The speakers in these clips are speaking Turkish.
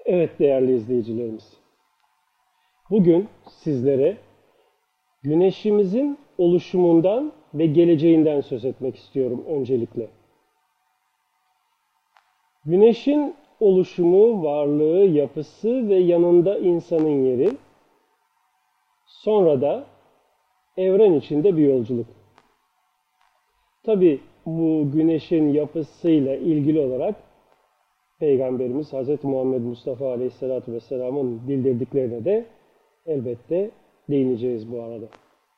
Evet değerli izleyicilerimiz, bugün sizlere Güneşimizin oluşumundan ve geleceğinden söz etmek istiyorum öncelikle. Güneşin oluşumu, varlığı, yapısı ve yanında insanın yeri, sonra da evren içinde bir yolculuk. Tabii bu Güneşin yapısıyla ilgili olarak Peygamberimiz Hz. Muhammed Mustafa Aleyhisselatü Vesselam'ın bildirdiklerine de elbette değineceğiz bu arada.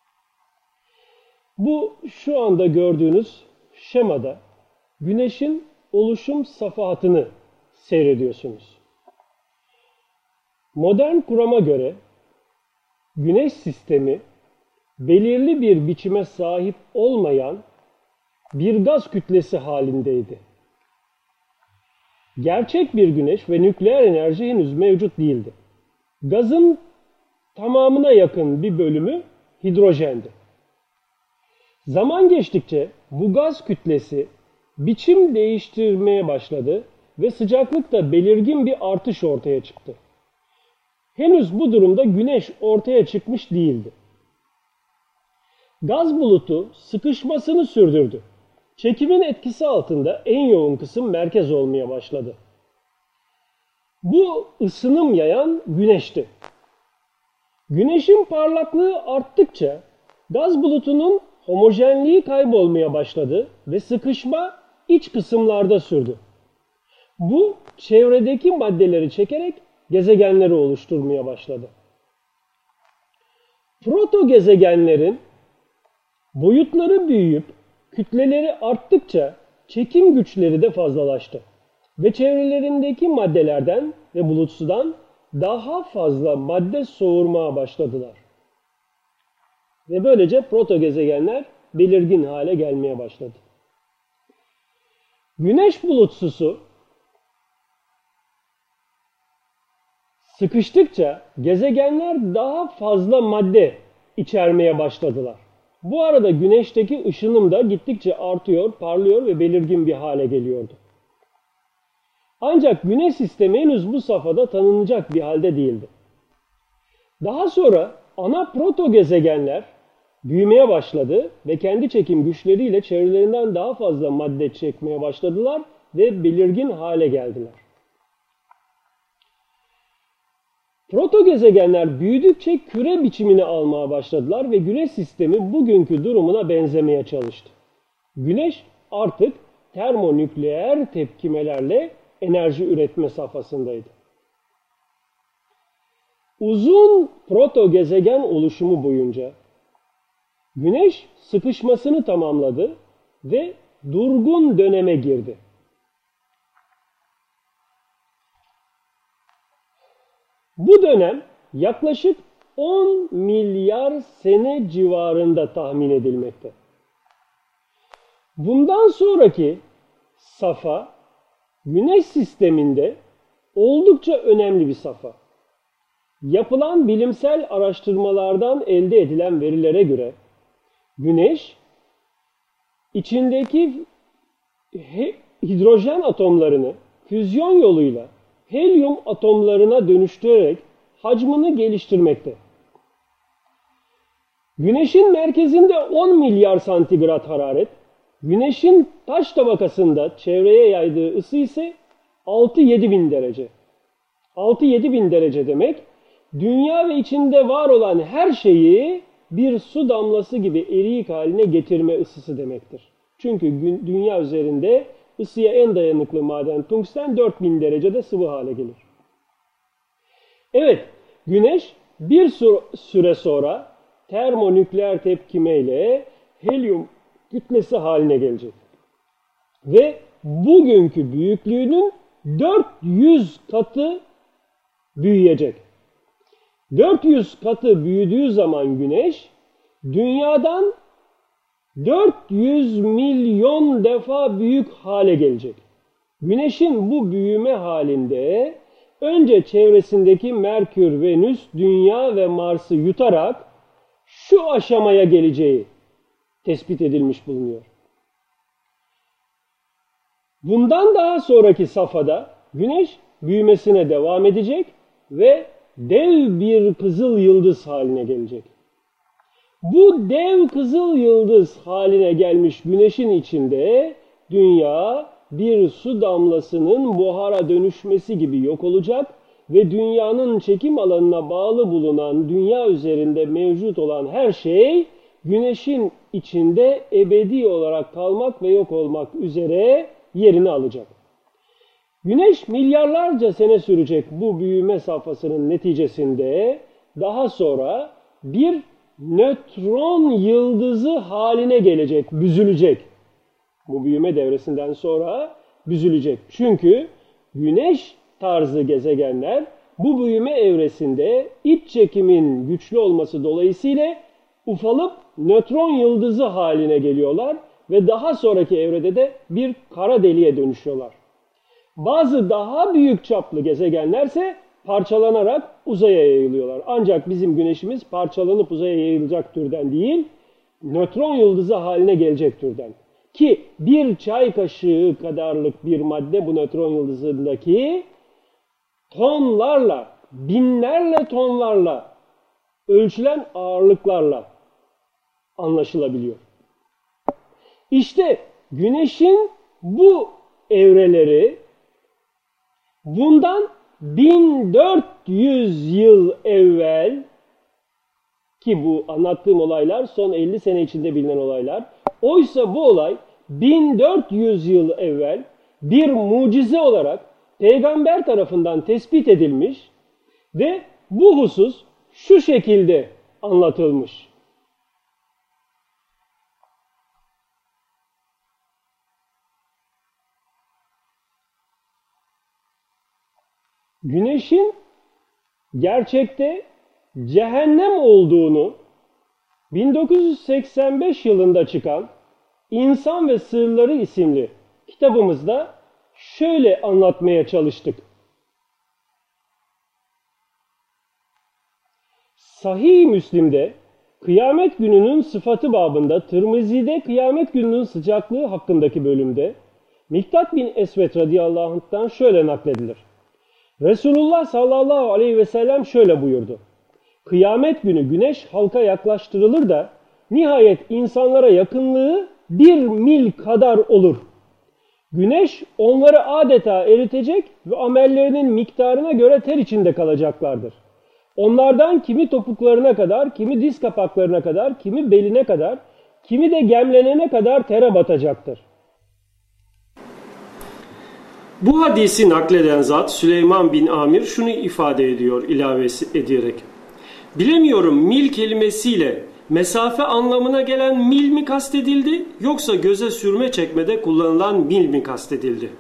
Bu şu anda gördüğünüz şemada Güneş'in oluşum safhatını seyrediyorsunuz. Modern kurama göre Güneş sistemi belirli bir biçime sahip olmayan bir gaz kütlesi halindeydi. Gerçek bir güneş ve nükleer enerji henüz mevcut değildi. Gazın tamamına yakın bir bölümü hidrojendi. Zaman geçtikçe bu gaz kütlesi biçim değiştirmeye başladı ve sıcaklıkta belirgin bir artış ortaya çıktı. Henüz bu durumda güneş ortaya çıkmış değildi. Gaz bulutu sıkışmasını sürdürdü. Çekimin etkisi altında en yoğun kısım merkez olmaya başladı. Bu ısınım yayan güneşti. Güneşin parlaklığı arttıkça gaz bulutunun homojenliği kaybolmaya başladı ve sıkışma iç kısımlarda sürdü. Bu çevredeki maddeleri çekerek gezegenleri oluşturmaya başladı. Protogezegenlerin boyutları büyüyüp kütleleri arttıkça çekim güçleri de fazlalaştı ve çevrelerindeki maddelerden ve bulutsudan daha fazla madde soğurmaya başladılar. Ve böylece protogezegenler belirgin hale gelmeye başladı. Güneş bulutsusu sıkıştıkça gezegenler daha fazla madde içermeye başladılar. Bu arada güneşteki ışınım da gittikçe artıyor, parlıyor ve belirgin bir hale geliyordu. Ancak güneş sistemi henüz bu safhada tanınacak bir halde değildi. Daha sonra ana protogezegenler büyümeye başladı ve kendi çekim güçleriyle çevrelerinden daha fazla madde çekmeye başladılar ve belirgin hale geldiler. Protogezegenler büyüdükçe küre biçimini almaya başladılar ve Güneş sistemi bugünkü durumuna benzemeye çalıştı. Güneş artık termonükleer tepkimelerle enerji üretme safhasındaydı. Uzun protogezegen oluşumu boyunca Güneş sıkışmasını tamamladı ve durgun döneme girdi. Bu dönem yaklaşık 10 milyar sene civarında tahmin edilmekte. Bundan sonraki safha Güneş sisteminde oldukça önemli bir safha. Yapılan bilimsel araştırmalardan elde edilen verilere göre Güneş içindeki hidrojen atomlarını füzyon yoluyla helyum atomlarına dönüştürerek hacmini geliştirmekte. Güneşin merkezinde 10 milyar santigrat hararet, Güneşin taş tabakasında çevreye yaydığı ısı ise 6-7 bin derece. 6-7 bin derece demek, dünya ve içinde var olan her şeyi bir su damlası gibi eriyik haline getirme ısısı demektir. Çünkü dünya üzerinde ısıya en dayanıklı maden tungsten 4000 derecede sıvı hale gelir. Evet, Güneş bir süre sonra termonükleer tepkimeyle helyum kütlesi haline gelecek. Ve bugünkü büyüklüğünün 400 katı büyüyecek. 400 katı büyüdüğü zaman Güneş, Dünya'dan 400 milyon defa büyük hale gelecek. Güneşin bu büyüme halinde önce çevresindeki Merkür, Venüs, Dünya ve Mars'ı yutarak şu aşamaya geleceği tespit edilmiş bulunuyor. Bundan daha sonraki safhada Güneş büyümesine devam edecek ve dev bir kızıl yıldız haline gelecek. Bu dev kızıl yıldız haline gelmiş güneşin içinde dünya bir su damlasının buhara dönüşmesi gibi yok olacak ve dünyanın çekim alanına bağlı bulunan dünya üzerinde mevcut olan her şey güneşin içinde ebedi olarak kalmak ve yok olmak üzere yerini alacak. Güneş milyarlarca sene sürecek bu büyüme safhasının neticesinde daha sonra bir nötron yıldızı haline gelecek, büzülecek. Bu büyüme devresinden sonra büzülecek. Çünkü güneş tarzı gezegenler bu büyüme evresinde iç çekimin güçlü olması dolayısıyla ufalıp nötron yıldızı haline geliyorlar ve daha sonraki evrede de bir kara deliğe dönüşüyorlar. Bazı daha büyük çaplı gezegenlerse parçalanarak uzaya yayılıyorlar. Ancak bizim güneşimiz parçalanıp uzaya yayılacak türden değil, nötron yıldızı haline gelecek türden. Ki bir çay kaşığı kadarlık bir madde bu nötron yıldızındaki tonlarla, binlerle tonlarla ölçülen ağırlıklarla anlaşılabiliyor. İşte güneşin bu evreleri bundan 1400 yıl evvel, ki bu anlattığım olaylar son 50 sene içinde bilinen olaylar. Oysa bu olay 1400 yıl evvel bir mucize olarak peygamber tarafından tespit edilmiş ve bu husus şu şekilde anlatılmış. Güneşin gerçekte cehennem olduğunu 1985 yılında çıkan İnsan ve Sırları isimli kitabımızda şöyle anlatmaya çalıştık. Sahih-i Müslim'de kıyamet gününün sıfatı babında Tirmizi'de kıyamet gününün sıcaklığı hakkındaki bölümde Miktat bin Esvet radıyallahu anh'tan şöyle nakledilir. Resulullah sallallahu aleyhi ve sellem şöyle buyurdu. Kıyamet günü güneş halka yaklaştırılır da nihayet insanlara yakınlığı 1 mil kadar olur. Güneş onları adeta eritecek ve amellerinin miktarına göre ter içinde kalacaklardır. Onlardan kimi topuklarına kadar, kimi diz kapaklarına kadar, kimi beline kadar, kimi de gemlenene kadar tere batacaktır. Bu hadisi nakleden zat Süleyman bin Amir şunu ifade ediyor ilavesi ederek. Bilemiyorum mil kelimesiyle mesafe anlamına gelen mil mi kastedildi yoksa göze sürme çekmede kullanılan mil mi kastedildi?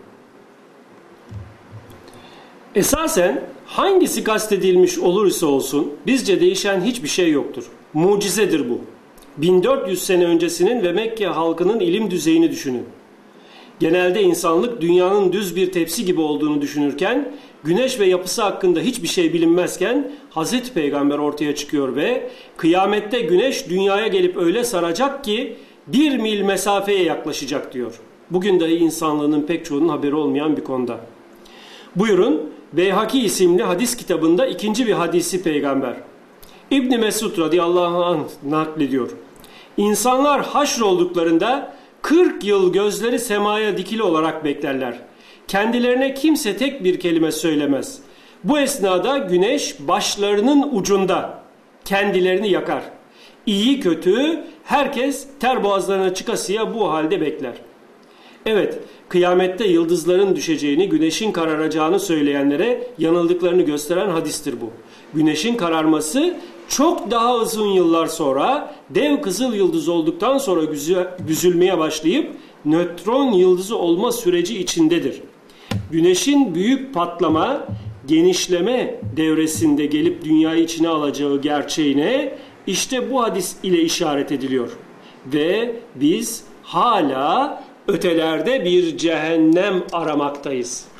Esasen hangisi kastedilmiş olursa olsun bizce değişen hiçbir şey yoktur. Mucizedir bu. 1400 sene öncesinin ve Mekke halkının ilim düzeyini düşünün. Genelde insanlık dünyanın düz bir tepsi gibi olduğunu düşünürken, güneş ve yapısı hakkında hiçbir şey bilinmezken Hazreti Peygamber ortaya çıkıyor ve kıyamette güneş dünyaya gelip öyle saracak ki 1 mil mesafeye yaklaşacak diyor. Bugün dahi insanlığının pek çoğunun haberi olmayan bir konuda. Buyurun, Beyhaki isimli hadis kitabında ikinci bir hadisi peygamber. İbn Mesud radıyallahu anh naklediyor. İnsanlar haşrolduklarında 40 yıl gözleri semaya dikili olarak beklerler. Kendilerine kimse tek bir kelime söylemez. Bu esnada güneş başlarının ucunda kendilerini yakar. İyi kötü herkes ter boğazlarına çıkasıya bu halde bekler. Evet, kıyamette yıldızların düşeceğini, güneşin kararacağını söyleyenlere yanıldıklarını gösteren hadistir bu. Güneşin kararması çok daha uzun yıllar sonra dev kızıl yıldız olduktan sonra büzülmeye başlayıp nötron yıldızı olma süreci içindedir. Güneşin büyük patlama, genişleme devresinde gelip dünyayı içine alacağı gerçeğine işte bu hadis ile işaret ediliyor. Ve biz hala ötelerde bir cehennem aramaktayız.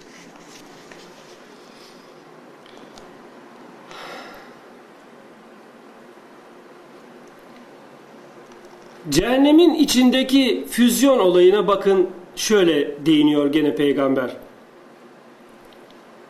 Cehennemin içindeki füzyon olayına bakın, şöyle değiniyor gene peygamber.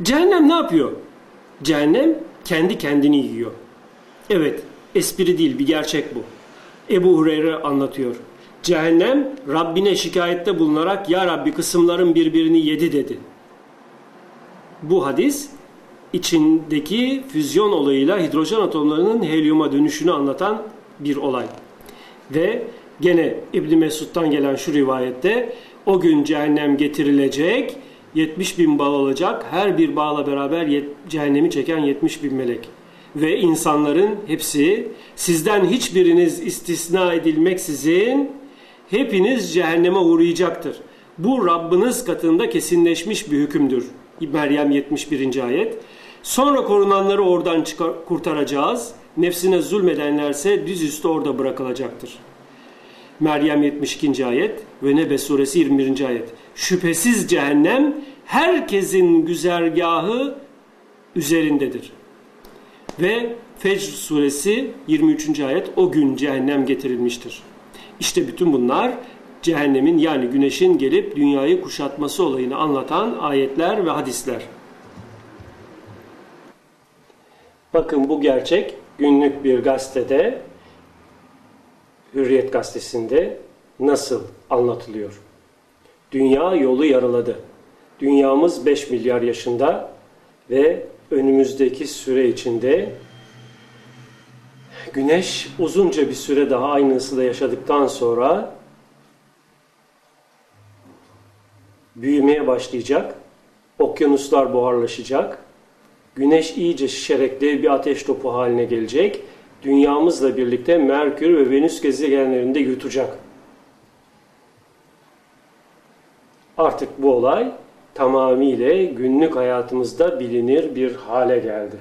Cehennem ne yapıyor? Cehennem kendi kendini yiyor. Evet, espri değil, bir gerçek bu. Ebu Hureyre anlatıyor. Cehennem Rabbine şikayette bulunarak ya Rabbi kısımların birbirini yedi dedi. Bu hadis içindeki füzyon olayıyla hidrojen atomlarının helyuma dönüşünü anlatan bir olay. Ve gene İbn Mesud'dan gelen şu rivayette o gün cehennem getirilecek, 70 bin bağ olacak, her bir bağla beraber cehennemi çeken 70 bin melek. Ve insanların hepsi sizden hiçbiriniz istisna edilmeksizin hepiniz cehenneme uğrayacaktır. Bu Rabbiniz katında kesinleşmiş bir hükümdür. Meryem 71. ayet. Sonra korunanları oradan kurtaracağız. Nefsine zulmedenlerse dizüstü orada bırakılacaktır. Meryem 72. ayet ve Nebe suresi 21. ayet. Şüphesiz cehennem herkesin güzergahı üzerindedir. Ve Fecr suresi 23. ayet o gün cehennem getirilmiştir. İşte bütün bunlar cehennemin yani güneşin gelip dünyayı kuşatması olayını anlatan ayetler ve hadisler. Bakın bu gerçek günlük bir gazetede, Hürriyet gazetesinde nasıl anlatılıyor? Dünya yolu yarıladı. Dünyamız 5 milyar yaşında ve önümüzdeki süre içinde Güneş uzunca bir süre daha aynı ısıda yaşadıktan sonra büyümeye başlayacak. Okyanuslar buharlaşacak. Güneş iyice şişerek dev bir ateş topu haline gelecek. Dünyamızla birlikte Merkür ve Venüs gezegenlerinde yutacak. Artık bu olay tamamıyla günlük hayatımızda bilinir bir hale geldi.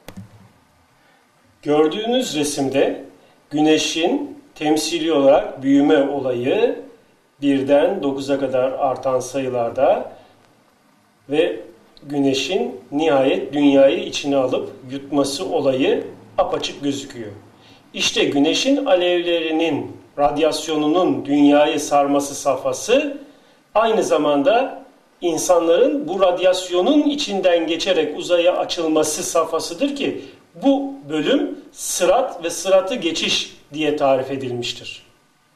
Gördüğünüz resimde Güneş'in temsili olarak büyüme olayı 1'den 9'a kadar artan sayılarda ve Güneş'in nihayet dünyayı içine alıp yutması olayı apaçık gözüküyor. İşte Güneş'in alevlerinin, radyasyonunun dünyayı sarması safhası aynı zamanda insanların bu radyasyonun içinden geçerek uzaya açılması safhasıdır ki bu bölüm sırat ve sıratı geçiş diye tarif edilmiştir.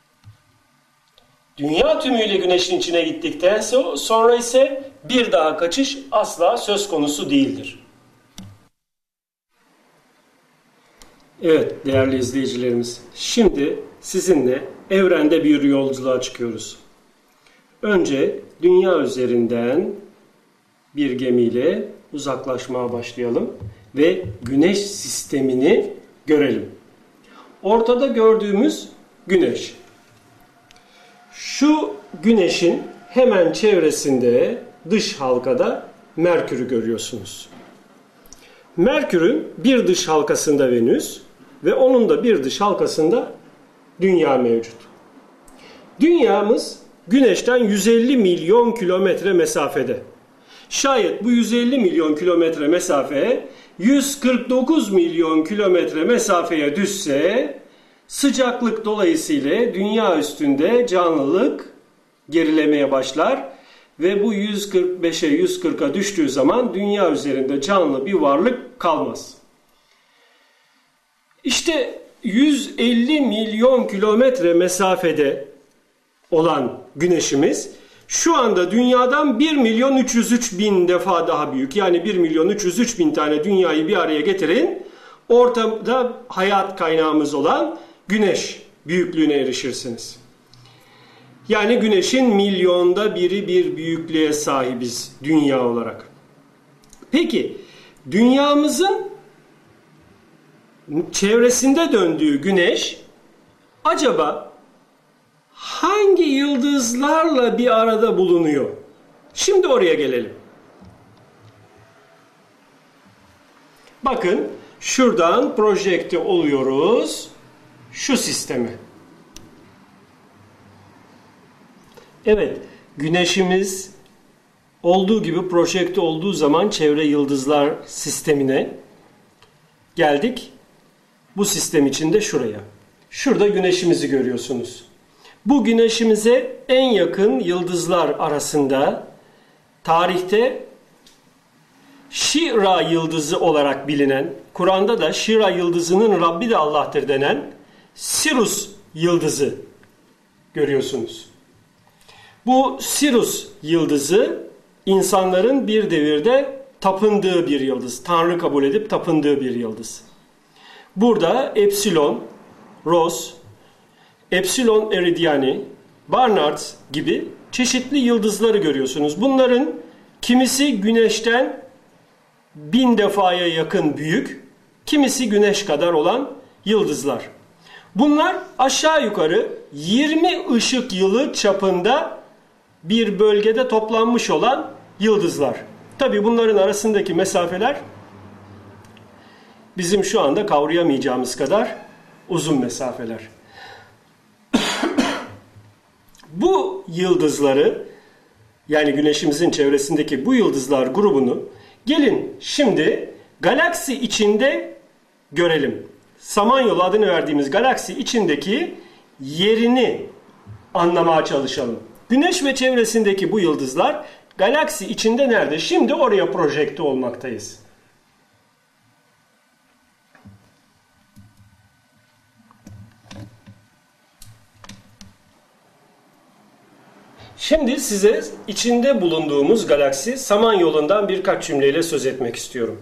Dünya tümüyle Güneş'in içine gittikten sonra ise bir daha kaçış asla söz konusu değildir. Evet değerli izleyicilerimiz, şimdi sizinle evrende bir yolculuğa çıkıyoruz. Önce dünya üzerinden bir gemiyle uzaklaşmaya başlayalım ve Güneş sistemini görelim. Ortada gördüğümüz Güneş. Şu Güneş'in hemen çevresinde dış halkada Merkür'ü görüyorsunuz. Merkür'ün bir dış halkasında Venüs ve onun da bir dış halkasında Dünya mevcut. Dünyamız Güneş'ten 150 milyon kilometre mesafede. Şayet bu 150 milyon kilometre mesafe 149 milyon kilometre mesafeye düşse sıcaklık dolayısıyla dünya üstünde canlılık gerilemeye başlar ve bu 145'e 140'a düştüğü zaman dünya üzerinde canlı bir varlık kalmaz. İşte 150 milyon kilometre mesafede olan Güneşimiz şu anda dünyadan 1 milyon 303 bin defa daha büyük. Yani 1 milyon 303 bin tane dünyayı bir araya getirin. Ortada hayat kaynağımız olan Güneş büyüklüğüne erişirsiniz. Yani Güneş'in milyonda biri bir büyüklüğe sahibiz dünya olarak. Peki dünyamızın çevresinde döndüğü Güneş acaba hangi yıldızlarla bir arada bulunuyor? Şimdi oraya gelelim. Bakın şuradan projekte oluyoruz şu sisteme. Evet, Güneşimiz olduğu gibi projekte olduğu zaman çevre yıldızlar sistemine geldik. Bu sistem içinde şuraya. Şurada Güneşimizi görüyorsunuz. Bu Güneşimize en yakın yıldızlar arasında tarihte Şira yıldızı olarak bilinen, Kur'an'da da Şira yıldızının Rabbi de Allah'tır denen Sirus yıldızı görüyorsunuz. Bu Sirus yıldızı insanların bir devirde tapındığı bir yıldız. Tanrı kabul edip tapındığı bir yıldız. Burada Epsilon, Ros, Epsilon Eridiani, Barnard gibi çeşitli yıldızları görüyorsunuz. Bunların kimisi Güneş'ten 1000 defaya yakın büyük, kimisi Güneş kadar olan yıldızlar. Bunlar aşağı yukarı 20 ışık yılı çapında bir bölgede toplanmış olan yıldızlar. Tabii bunların arasındaki mesafeler bizim şu anda kavrayamayacağımız kadar uzun mesafeler. Bu yıldızları, yani Güneşimizin çevresindeki bu yıldızlar grubunu gelin şimdi galaksi içinde görelim. Samanyolu adını verdiğimiz galaksi içindeki yerini anlamaya çalışalım. Güneş ve çevresindeki bu yıldızlar galaksi içinde nerede? Şimdi oraya projekte olmaktayız. Şimdi size içinde bulunduğumuz galaksi Samanyolu'ndan birkaç cümleyle söz etmek istiyorum.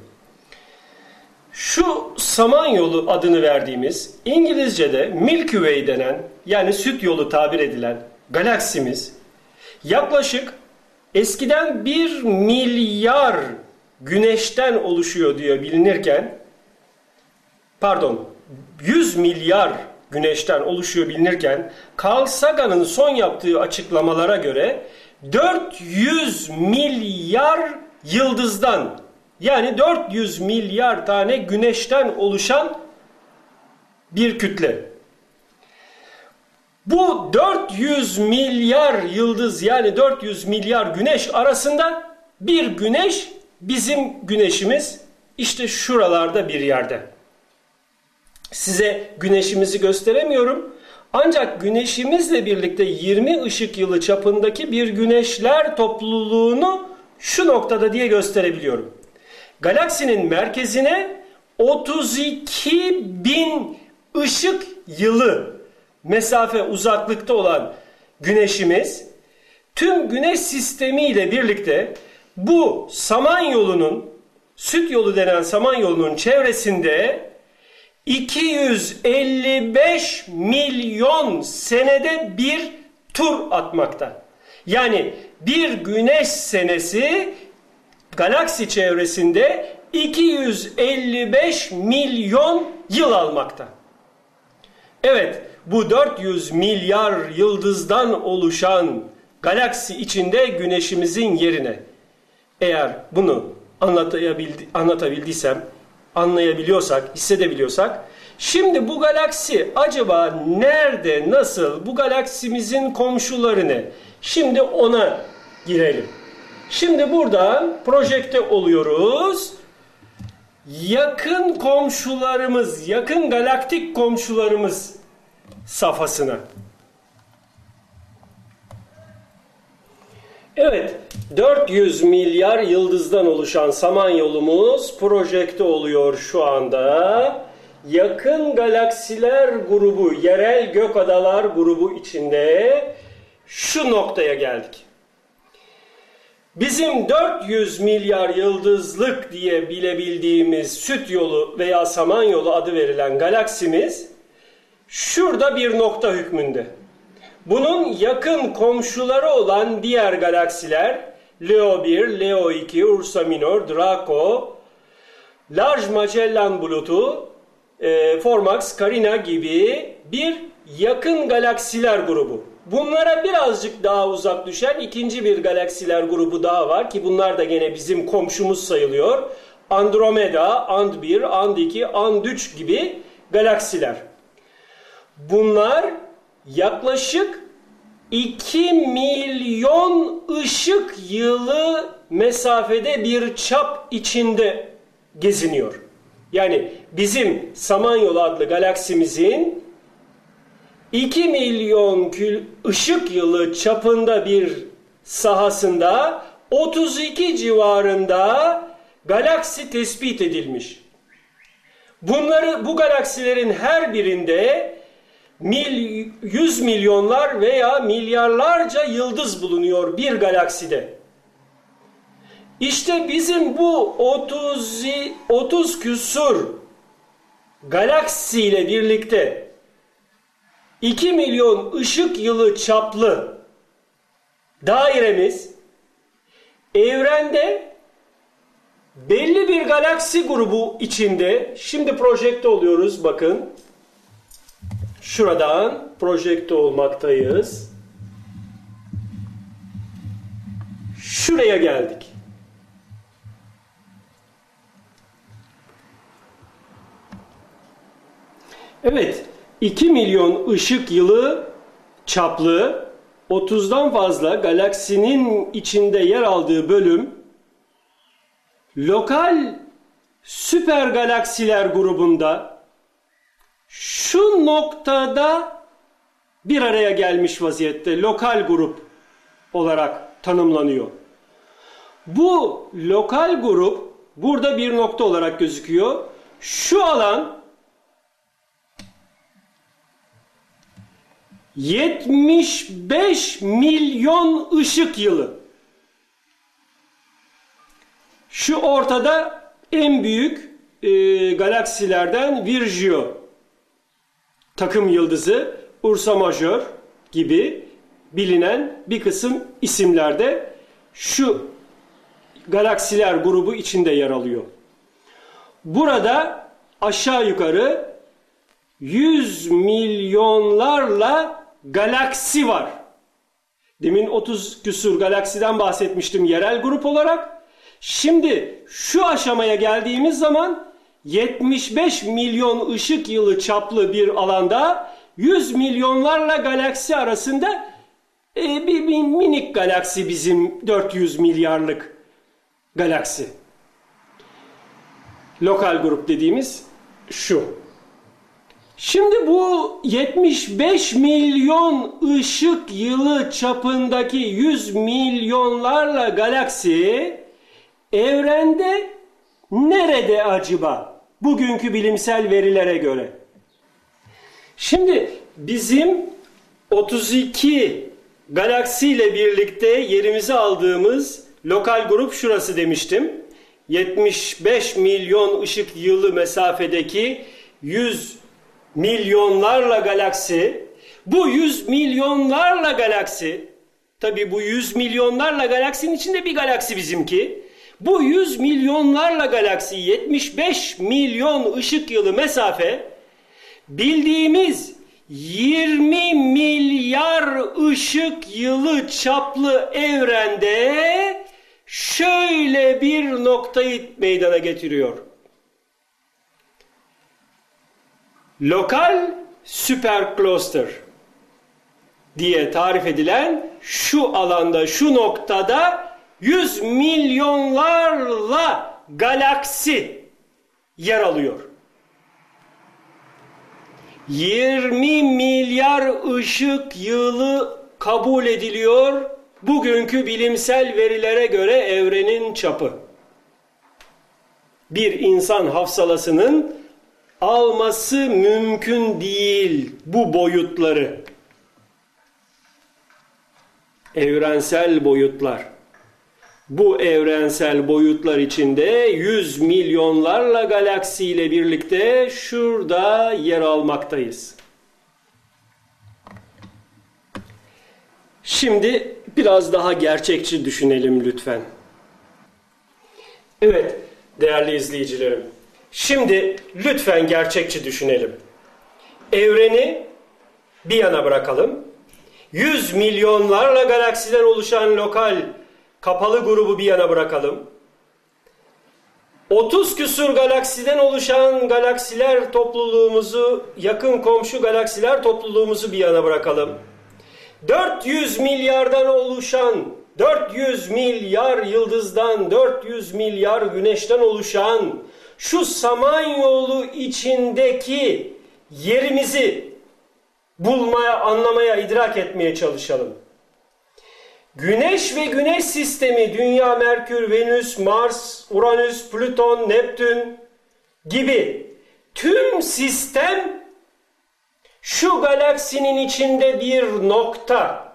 Şu Samanyolu adını verdiğimiz, İngilizce'de Milky Way denen, yani süt yolu tabir edilen galaksimiz yaklaşık eskiden 1 milyar güneşten oluşuyor diye bilinirken, 100 milyar güneşten oluşuyor bilinirken, Carl Sagan'ın son yaptığı açıklamalara göre 400 milyar yıldızdan, yani 400 milyar tane güneşten oluşan bir kütle. Bu 400 milyar yıldız, yani 400 milyar güneş arasında bir güneş, bizim güneşimiz işte şuralarda bir yerde. Size güneşimizi gösteremiyorum. Ancak güneşimizle birlikte 20 ışık yılı çapındaki bir güneşler topluluğunu şu noktada diye gösterebiliyorum. Galaksinin merkezine 32 bin ışık yılı mesafe uzaklıkta olan güneşimiz, tüm güneş sistemi ile birlikte bu Samanyolu'nun, süt yolu denen Samanyolu'nun çevresinde 255 milyon senede bir tur atmakta. Yani bir güneş senesi galaksi çevresinde 255 milyon yıl almakta. Evet, bu 400 milyar yıldızdan oluşan galaksi içinde güneşimizin yerine, eğer bunu anlatabildiysem, anlayabiliyorsak, hissedebiliyorsak, şimdi bu galaksi acaba nerede, nasıl, bu galaksimizin komşuları ne? Şimdi ona girelim. Şimdi buradan projekte oluyoruz. Yakın komşularımız, yakın galaktik komşularımız safhasına. Evet, 400 milyar yıldızdan oluşan Samanyolumuz projekte oluyor şu anda. Yakın galaksiler grubu, yerel gök adalar grubu içinde şu noktaya geldik. Bizim 400 milyar yıldızlık diye bilebildiğimiz süt yolu veya Samanyolu adı verilen galaksimiz şurada bir nokta hükmünde. Bunun yakın komşuları olan diğer galaksiler Leo 1, Leo 2, Ursa Minor, Draco, Large Magellan Bulutu, Formax, Carina gibi bir yakın galaksiler grubu. Bunlara birazcık daha uzak düşen ikinci bir galaksiler grubu daha var ki bunlar da gene bizim komşumuz sayılıyor. Andromeda, And 1, And 2, And 3 gibi galaksiler. Bunlar yaklaşık 2 milyon ışık yılı mesafede bir çap içinde geziniyor. Yani bizim Samanyolu adlı galaksimizin 2 milyon ışık yılı çapında bir sahasında 32 civarında galaksi tespit edilmiş. Bu galaksilerin her birinde 100 milyonlar veya milyarlarca yıldız bulunuyor bir galakside. İşte bizim bu 30 küsur galaksiyle birlikte 2 milyon ışık yılı çaplı dairemiz evrende belli bir galaksi grubu içinde, şimdi projekte oluyoruz bakın. Şuradan projekte olmaktayız. Şuraya geldik. Evet, 2 milyon ışık yılı çaplı 30'dan fazla galaksinin içinde yer aldığı bölüm lokal süper galaksiler grubunda şu noktada bir araya gelmiş vaziyette lokal grup olarak tanımlanıyor. Bu lokal grup burada bir nokta olarak gözüküyor. Şu alan 75 milyon ışık yılı. Şu ortada en büyük galaksilerden Virgio takım yıldızı, Ursa Major gibi bilinen bir kısım isimlerde şu galaksiler grubu içinde yer alıyor. Burada aşağı yukarı 100 milyonlarla galaksi var. Demin 30 küsur galaksiden bahsetmiştim yerel grup olarak. Şimdi şu aşamaya geldiğimiz zaman 75 milyon ışık yılı çaplı bir alanda 100 milyonlarla galaksi arasında bir minik galaksi, bizim 400 milyarlık galaksi. Lokal grup dediğimiz şu. Şimdi bu 75 milyon ışık yılı çapındaki 100 milyonlarla galaksi evrende nerede acaba? Bugünkü bilimsel verilere göre. Şimdi bizim 32 galaksiyle birlikte yerimizi aldığımız lokal grup şurası demiştim. 75 milyon ışık yılı mesafedeki 100 milyonlarla galaksi. Bu 100 milyonlarla galaksi, tabii bu 100 milyonlarla galaksinin içinde bir galaksi bizimki. Bu 100 milyonlarla galaksi 75 milyon ışık yılı mesafe, bildiğimiz 20 milyar ışık yılı çaplı evrende şöyle bir noktayı meydana getiriyor. Lokal süpercluster diye tarif edilen şu alanda, şu noktada 100 milyonlarla galaksi yer alıyor. 20 milyar ışık yılı kabul ediliyor bugünkü bilimsel verilere göre evrenin çapı. Bir insan hafsalasının alması mümkün değil bu boyutları. Evrensel boyutlar. Bu evrensel boyutlar içinde 100 milyonlarla galaksiyle birlikte şurada yer almaktayız. Şimdi biraz daha gerçekçi düşünelim lütfen. Evet değerli izleyicilerim. Şimdi lütfen gerçekçi düşünelim. Evreni bir yana bırakalım. 100 milyonlarla galaksiden oluşan lokal kapalı grubu bir yana bırakalım. 30 küsur galaksiden oluşan galaksiler topluluğumuzu, yakın komşu galaksiler topluluğumuzu bir yana bırakalım. 400 milyardan oluşan, 400 milyar yıldızdan, 400 milyar güneşten oluşan şu Samanyolu içindeki yerimizi bulmaya, anlamaya, idrak etmeye çalışalım. Güneş ve Güneş sistemi, Dünya, Merkür, Venüs, Mars, Uranüs, Plüton, Neptün gibi tüm sistem şu galaksinin içinde bir nokta.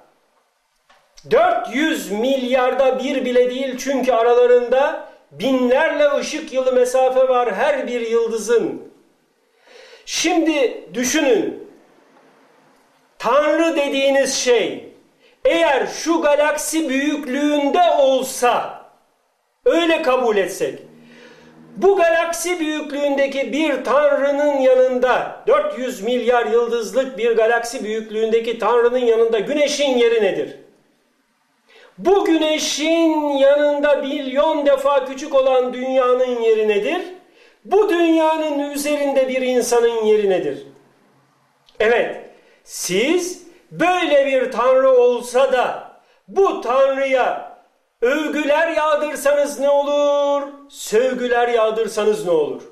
400 milyarda bir bile değil, çünkü aralarında binlerle ışık yılı mesafe var her bir yıldızın. Şimdi düşünün, Tanrı dediğiniz şey eğer şu galaksi büyüklüğünde olsa, öyle kabul etsek, bu galaksi büyüklüğündeki bir Tanrı'nın yanında, 400 milyar yıldızlık bir galaksi büyüklüğündeki Tanrı'nın yanında Güneş'in yeri nedir? Bu Güneş'in yanında milyon defa küçük olan dünyanın yeri nedir? Bu dünyanın üzerinde bir insanın yeri nedir? Evet, siz böyle bir Tanrı olsa da bu Tanrı'ya övgüler yağdırsanız ne olur? Sövgüler yağdırsanız ne olur?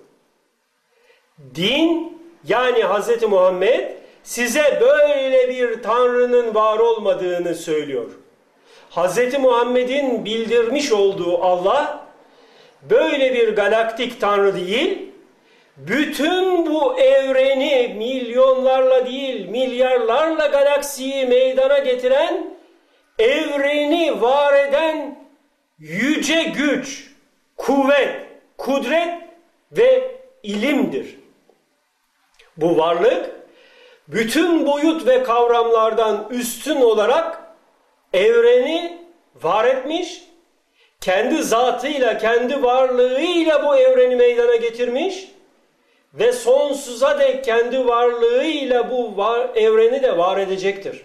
Din, yani Hz. Muhammed size böyle bir Tanrı'nın var olmadığını söylüyor. Hz. Muhammed'in bildirmiş olduğu Allah böyle bir galaktik Tanrı değil, bütün bu evreni milyonlarla değil milyarlarla galaksiyi meydana getiren, evreni var eden yüce güç, kuvvet, kudret ve ilimdir. Bu varlık bütün boyut ve kavramlardan üstün olarak evreni var etmiş, kendi zatıyla, kendi varlığıyla bu evreni meydana getirmiş ve sonsuza dek kendi varlığıyla bu evreni de var edecektir.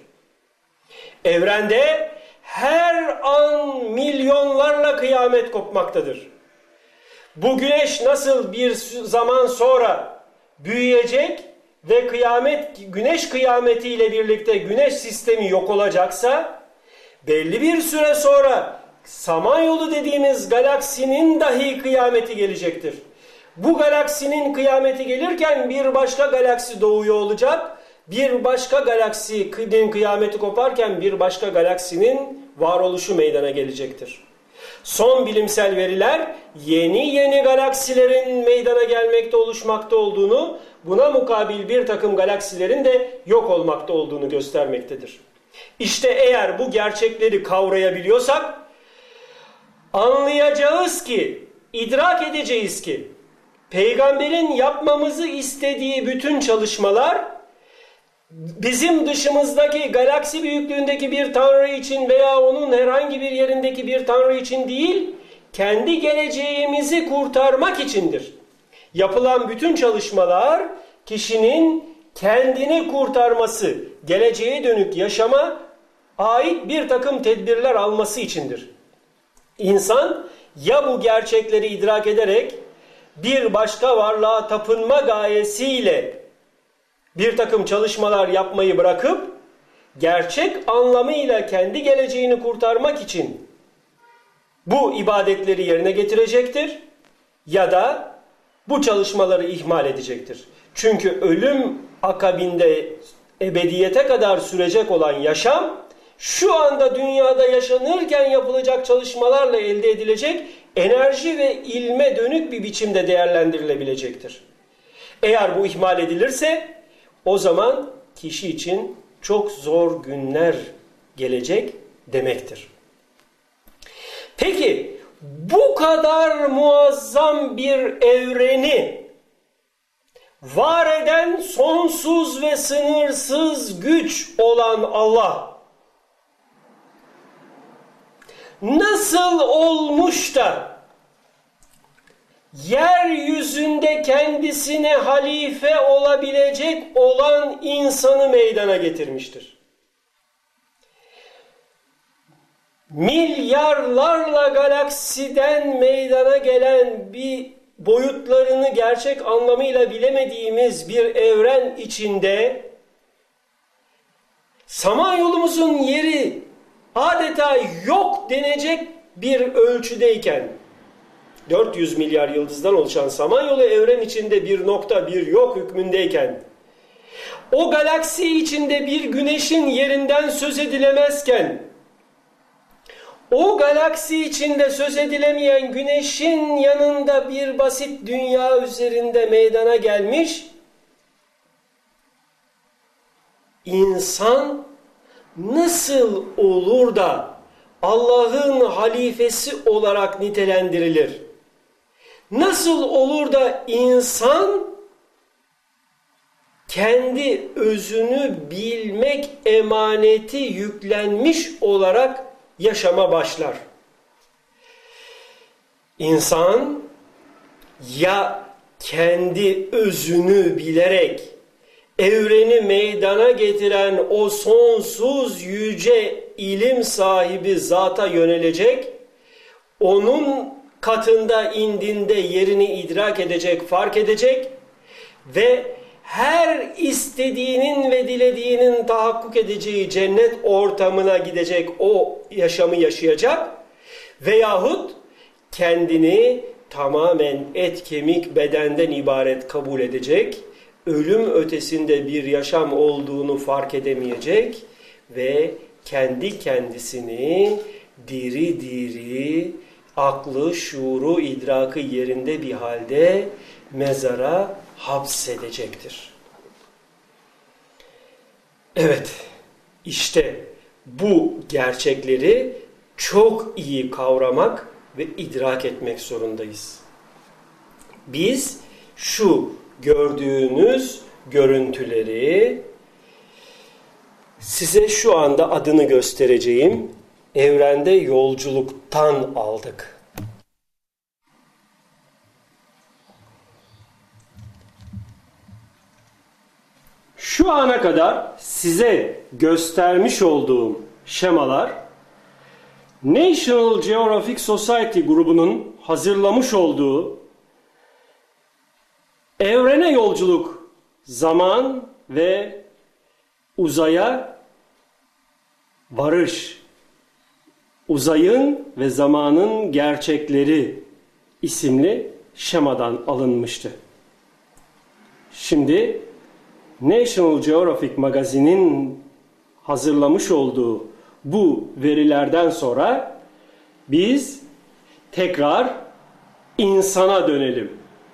Evrende her an milyonlarla kıyamet kopmaktadır. Bu güneş nasıl bir zaman sonra büyüyecek ve güneş kıyametiyle birlikte güneş sistemi yok olacaksa, belli bir süre sonra Samanyolu dediğimiz galaksinin dahi kıyameti gelecektir. Bu galaksinin kıyameti gelirken bir başka galaksi doğuyor olacak. Bir başka galaksinin kıyameti koparken bir başka galaksinin varoluşu meydana gelecektir. Son bilimsel veriler yeni galaksilerin meydana gelmekte, oluşmakta olduğunu, buna mukabil bir takım galaksilerin de yok olmakta olduğunu göstermektedir. İşte eğer bu gerçekleri kavrayabiliyorsak, anlayacağız ki, idrak edeceğiz ki, Peygamberin yapmamızı istediği bütün çalışmalar, bizim dışımızdaki galaksi büyüklüğündeki bir Tanrı için veya onun herhangi bir yerindeki bir Tanrı için değil, kendi geleceğimizi kurtarmak içindir. Yapılan bütün çalışmalar, kişinin kendini kurtarması, geleceğe dönük yaşama ait bir takım tedbirler alması içindir. İnsan ya bu gerçekleri idrak ederek bir başka varlığa tapınma gayesiyle bir takım çalışmalar yapmayı bırakıp gerçek anlamıyla kendi geleceğini kurtarmak için bu ibadetleri yerine getirecektir ya da bu çalışmaları ihmal edecektir. Çünkü ölüm akabinde ebediyete kadar sürecek olan yaşam, şu anda dünyada yaşanırken yapılacak çalışmalarla elde edilecek enerji ve ilme dönük bir biçimde değerlendirilebilecektir. Eğer bu ihmal edilirse, o zaman kişi için çok zor günler gelecek demektir. Peki, bu kadar muazzam bir evreni var eden sonsuz ve sınırsız güç olan Allah nasıl olmuş da yeryüzünde kendisine halife olabilecek olan insanı meydana getirmiştir? Milyarlarla galaksiden meydana gelen bir boyutlarını gerçek anlamıyla bilemediğimiz bir evren içinde Samanyolumuzun yeri adeta yok denecek bir ölçüdeyken, 400 milyar yıldızdan oluşan Samanyolu evren içinde bir nokta, bir yok hükmündeyken, o galaksi içinde bir güneşin yerinden söz edilemezken, O galaksi içinde söz edilemeyen güneşin yanında bir basit dünya üzerinde meydana gelmiş, insan nasıl olur da Allah'ın halifesi olarak nitelendirilir? Nasıl olur da insan kendi özünü bilmek emaneti yüklenmiş olarak yaşama başlar? İnsan ya kendi özünü bilerek evreni meydana getiren o sonsuz yüce ilim sahibi zata yönelecek, onun katında indinde yerini idrak edecek, fark edecek ve her istediğinin ve dilediğinin tahakkuk edeceği cennet ortamına gidecek, o yaşamı yaşayacak veyahut kendini tamamen et kemik bedenden ibaret kabul edecek, ölüm ötesinde bir yaşam olduğunu fark edemeyecek ve kendi kendisini diri diri, aklı, şuuru, idrakı yerinde bir halde mezara hapsedecektir. Evet, işte bu gerçekleri çok iyi kavramak ve idrak etmek zorundayız. Biz şu gördüğünüz görüntüleri size şu anda adını göstereceğim evrende yolculuktan aldık. Şu ana kadar size göstermiş olduğum şemalar National Geographic Society grubunun hazırlamış olduğu evrene yolculuk, zaman ve uzaya varış, uzayın ve zamanın gerçekleri isimli şemadan alınmıştı. Şimdi National Geographic magazinin hazırlamış olduğu bu verilerden sonra biz tekrar insana dönelim.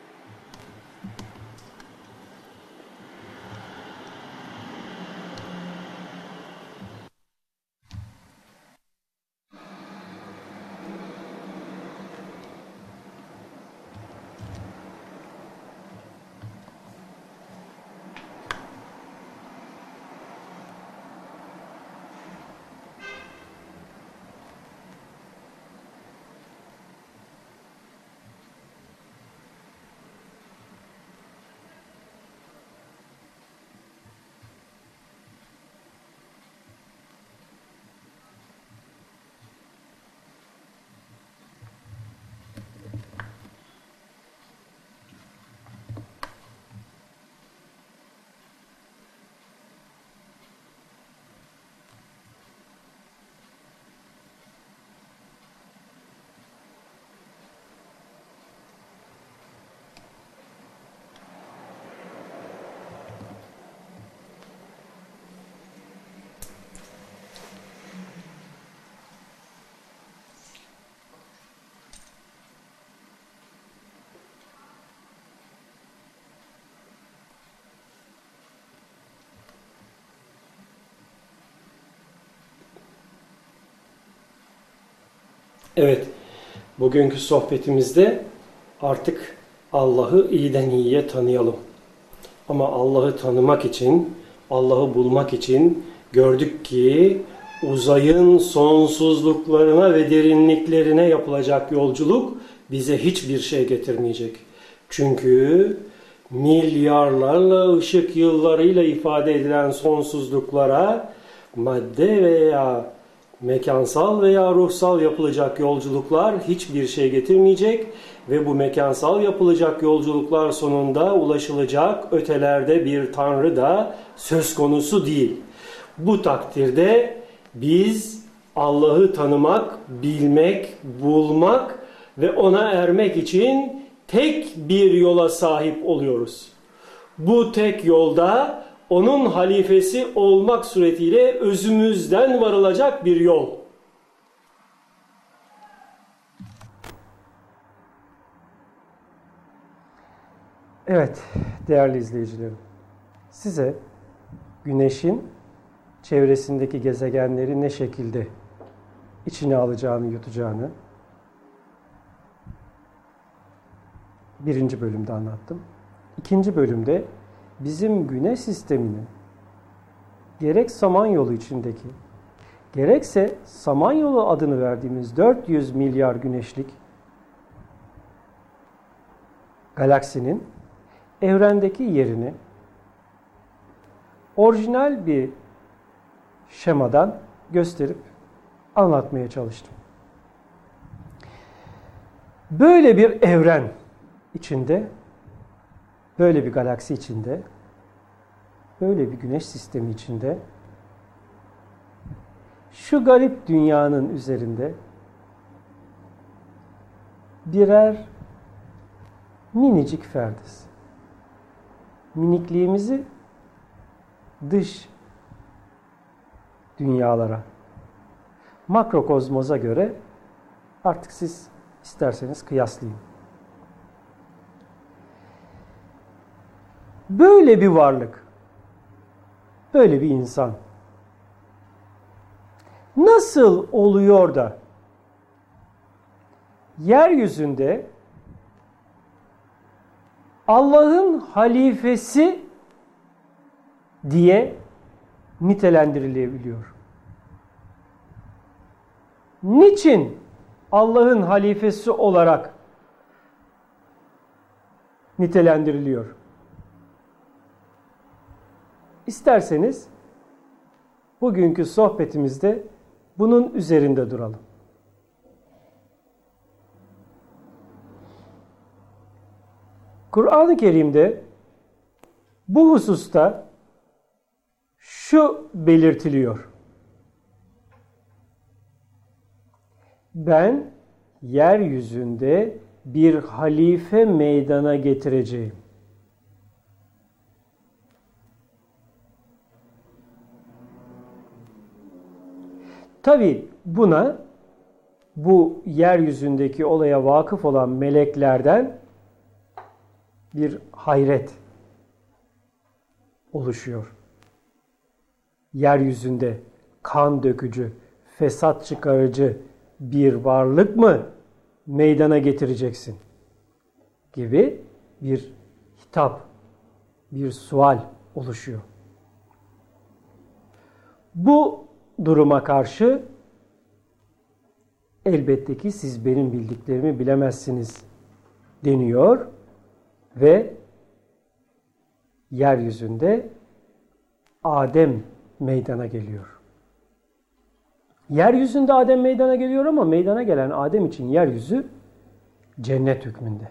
Evet, bugünkü sohbetimizde artık Allah'ı iyiden iyiye tanıyalım. Ama Allah'ı tanımak için, Allah'ı bulmak için gördük ki uzayın sonsuzluklarına ve derinliklerine yapılacak yolculuk bize hiçbir şey getirmeyecek. Çünkü milyarlarla ışık yıllarıyla ifade edilen sonsuzluklara madde veya mekansal veya ruhsal yapılacak yolculuklar hiçbir şey getirmeyecek ve bu mekansal yapılacak yolculuklar sonunda ulaşılacak ötelerde bir tanrı da söz konusu değil. Bu takdirde biz Allah'ı tanımak, bilmek, bulmak ve ona ermek için tek bir yola sahip oluyoruz. Bu tek yolda onun halifesi olmak suretiyle özümüzden varılacak bir yol. Evet, değerli izleyicilerim, size Güneş'in çevresindeki gezegenleri ne şekilde içine alacağını, yutacağını birinci bölümde anlattım. İkinci bölümde bizim Güneş sisteminin gerek Samanyolu içindeki, gerekse Samanyolu adını verdiğimiz 400 milyar güneşlik galaksinin evrendeki yerini orijinal bir şemadan gösterip anlatmaya çalıştım. Böyle bir evren içinde, böyle bir galaksi içinde, böyle bir güneş sistemi içinde, şu garip dünyanın üzerinde birer minicik ferdiz. Minikliğimizi dış dünyalara, makrokozmoza göre artık siz isterseniz kıyaslayın. Böyle bir varlık, böyle bir insan nasıl oluyor da yeryüzünde Allah'ın halifesi diye nitelendirilebiliyor? Niçin Allah'ın halifesi olarak nitelendiriliyor? İsterseniz bugünkü sohbetimizde bunun üzerinde duralım. Kur'an-ı Kerim'de bu hususta şu belirtiliyor: ben yeryüzünde bir halife meydana getireceğim. Tabii buna bu yeryüzündeki olaya vakıf olan meleklerden bir hayret oluşuyor. Yeryüzünde kan dökücü, fesat çıkarıcı bir varlık mı meydana getireceksin gibi bir hitap, bir sual oluşuyor. Bu duruma karşı elbette ki siz benim bildiklerimi bilemezsiniz deniyor ve yeryüzünde Adem meydana geliyor. Yeryüzünde Adem meydana geliyor ama meydana gelen Adem için yeryüzü cennet hükmünde.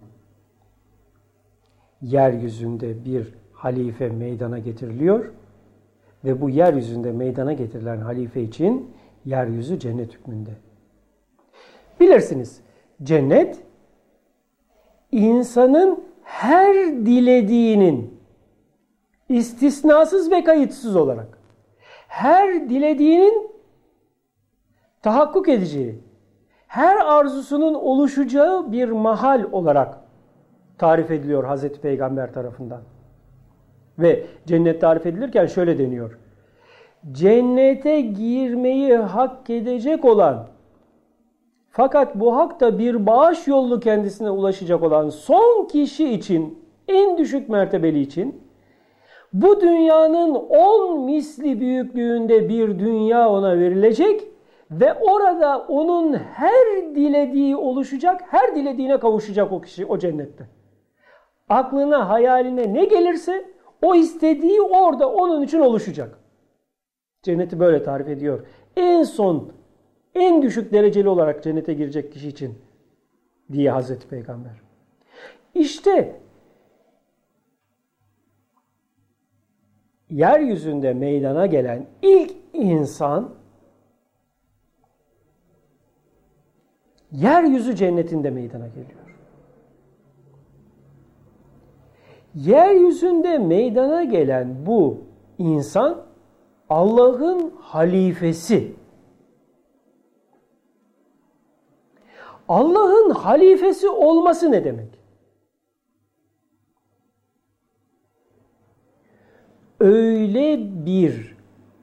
Yeryüzünde bir halife meydana getiriliyor ve bu yeryüzünde meydana getirilen halife için yeryüzü cennet hükmünde. Bilirsiniz, cennet insanın her dilediğinin istisnasız ve kayıtsız olarak her dilediğinin tahakkuk edeceği, her arzusunun oluşacağı bir mahal olarak tarif ediliyor Hazreti Peygamber tarafından. Ve cennet tarif edilirken şöyle deniyor: cennete girmeyi hak edecek olan, fakat bu hak da bir bağış yolu kendisine ulaşacak olan son kişi için, en düşük mertebeli için, bu dünyanın 10 misli büyüklüğünde bir dünya ona verilecek ve orada onun her dilediği oluşacak, her dilediğine kavuşacak o kişi o cennette. Aklına, hayaline ne gelirse o istediği orada onun için oluşacak. Cenneti böyle tarif ediyor. En son, en düşük dereceli olarak cennete girecek kişi için diye Hazreti Peygamber. İşte yeryüzünde meydana gelen ilk insan yeryüzü cennetinde meydana geliyor. Yeryüzünde meydana gelen bu insan Allah'ın halifesi. Allah'ın halifesi olması ne demek? öyle bir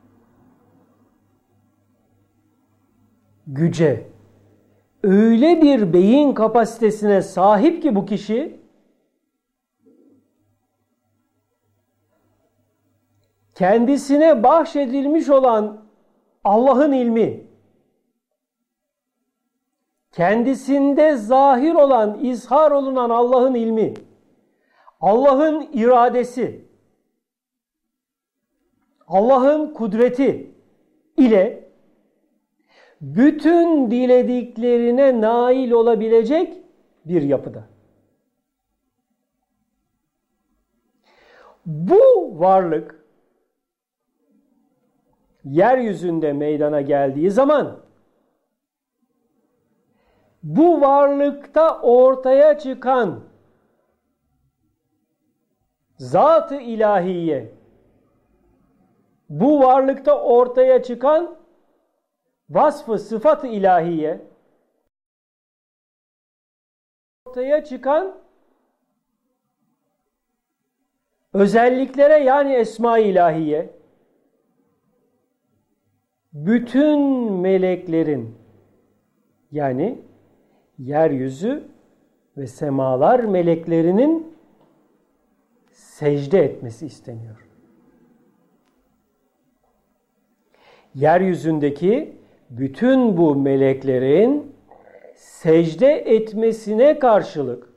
güce, öyle bir beyin kapasitesine sahip ki bu kişi kendisine bahşedilmiş olan Allah'ın ilmi, kendisinde zahir olan, izhar olunan Allah'ın ilmi, Allah'ın iradesi, Allah'ın kudreti ile bütün dilediklerine nail olabilecek bir yapıda. Bu varlık yeryüzünde meydana geldiği zaman bu varlıkta ortaya çıkan zat-ı ilahiye, bu varlıkta ortaya çıkan vasfı sıfat-ı ilahiye, ortaya çıkan özelliklere yani esma-i ilahiye, bütün meleklerin yani yeryüzü ve semalar meleklerinin secde etmesi isteniyor. Yeryüzündeki bütün bu meleklerin secde etmesine karşılık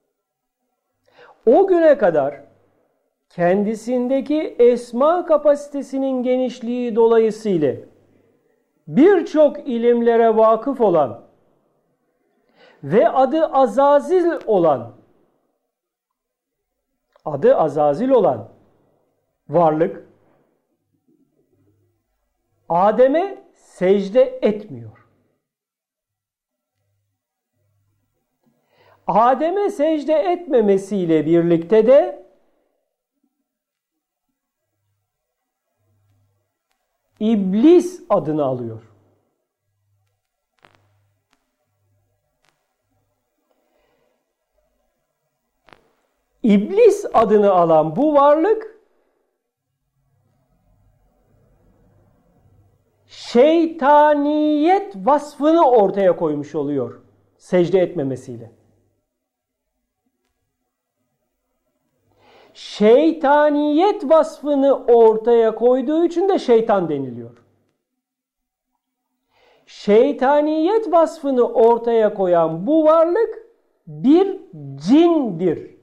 o güne kadar kendisindeki esma kapasitesinin genişliği dolayısıyla birçok ilimlere vakıf olan ve adı Azazil olan varlık Adem'e secde etmiyor. Adem'e secde etmemesiyle birlikte de İblis adını alıyor. İblis adını alan bu varlık şeytaniyet vasfını ortaya koymuş oluyor secde etmemesiyle. Şeytaniyet vasfını ortaya koyduğu için de şeytan deniliyor. Şeytaniyet vasfını ortaya koyan bu varlık bir cindir.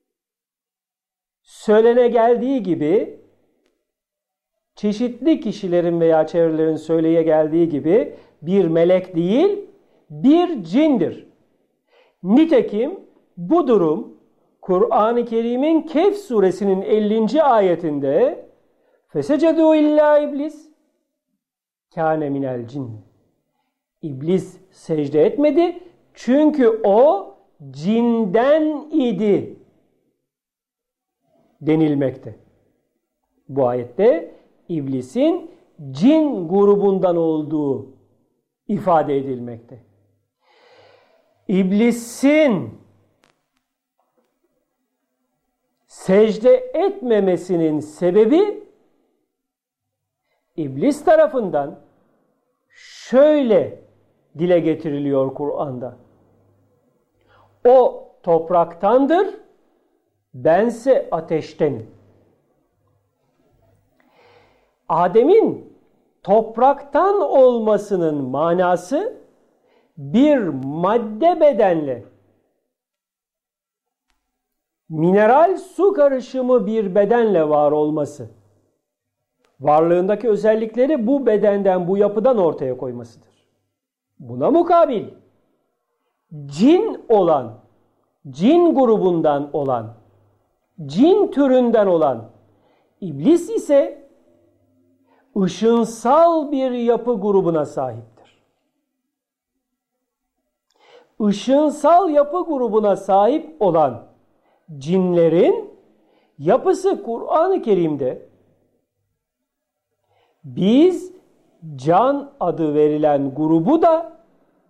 Söylene geldiği gibi, çeşitli kişilerin veya çevrelerin söyleye geldiği gibi bir melek değil, bir cindir. Nitekim bu durum Kur'an-ı Kerim'in Kehf suresinin 50. ayetinde "Fesecedû illâ iblis kâne minel cin." İblis secde etmedi çünkü o cinden idi denilmekte. Bu ayette iblisin cin grubundan olduğu ifade edilmekte. İblisin secde etmemesinin sebebi İblis tarafından şöyle dile getiriliyor Kur'an'da. O topraktandır, bense ateştenim. Adem'in topraktan olmasının manası bir madde bedenle mineral su karışımı bir bedenle var olması. Varlığındaki özellikleri bu bedenden, bu yapıdan ortaya koymasıdır. Buna mukabil cin olan, cin grubundan olan, cin türünden olan iblis ise ışınsal bir yapı grubuna sahiptir. Işınsal yapı grubuna sahip olan cinlerin yapısı Kur'an-ı Kerim'de biz can adı verilen grubu da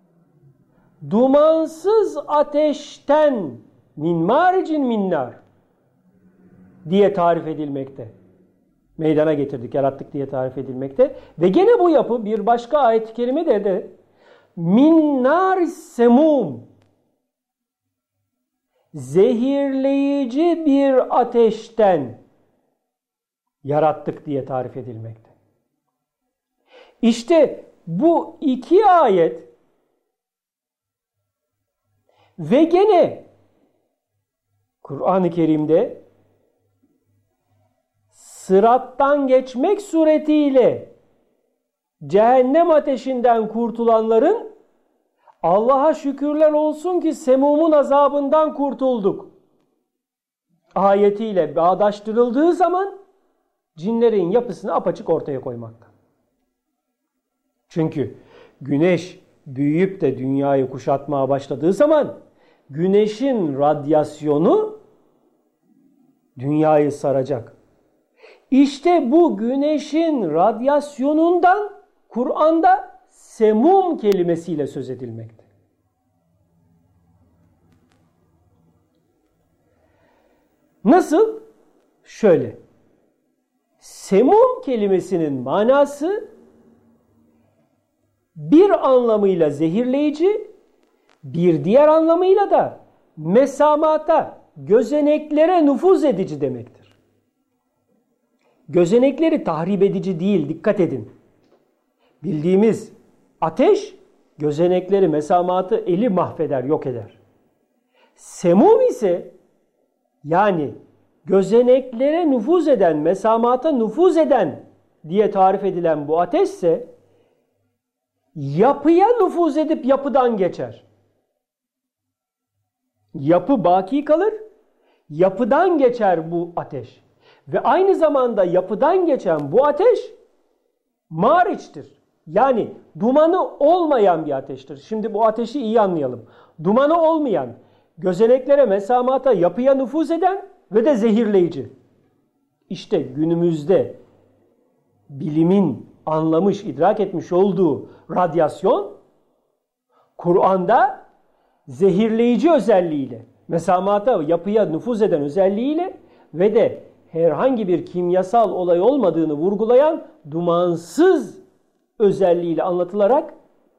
dumansız ateşten min maricin min nar diye tarif edilmekte. meydana getirdik, yarattık diye tarif edilmekte. Ve gene bu yapı bir başka ayet-i kerimede de min naris semum, zehirleyici bir ateşten yarattık diye tarif edilmekte. İşte bu iki ayet ve gene Kur'an-ı Kerim'de sırattan geçmek suretiyle cehennem ateşinden kurtulanların Allah'a şükürler olsun ki Semum'un azabından kurtulduk ayetiyle bağdaştırıldığı zaman cinlerin yapısını apaçık ortaya koymakta. Çünkü güneş büyüyüp de dünyayı kuşatmaya başladığı zaman güneşin radyasyonu dünyayı saracak. İşte bu güneşin radyasyonundan Kur'an'da semum kelimesiyle söz edilmekte. Nasıl? Şöyle. Semum kelimesinin manası bir anlamıyla zehirleyici, bir diğer anlamıyla da mesamata, gözeneklere nüfuz edici demektir. Gözenekleri tahrip edici değil, dikkat edin. Bildiğimiz ateş, gözenekleri, mesamatı, eli mahveder, yok eder. Semum ise yani gözeneklere nüfuz eden, mesamata nüfuz eden diye tarif edilen bu ateşse yapıya nüfuz edip yapıdan geçer. Yapı baki kalır, yapıdan geçer bu ateş. Ve aynı zamanda yapıdan geçen bu ateş mariçtir. Yani dumanı olmayan bir ateştir. Şimdi bu ateşi iyi anlayalım. Dumanı olmayan, gözeneklere, mesamata, yapıya nüfuz eden ve de zehirleyici. İşte günümüzde bilimin anlamış, idrak etmiş olduğu radyasyon Kur'an'da zehirleyici özelliğiyle, mesamata, yapıya nüfuz eden özelliğiyle ve de herhangi bir kimyasal olay olmadığını vurgulayan dumansız özelliğiyle anlatılarak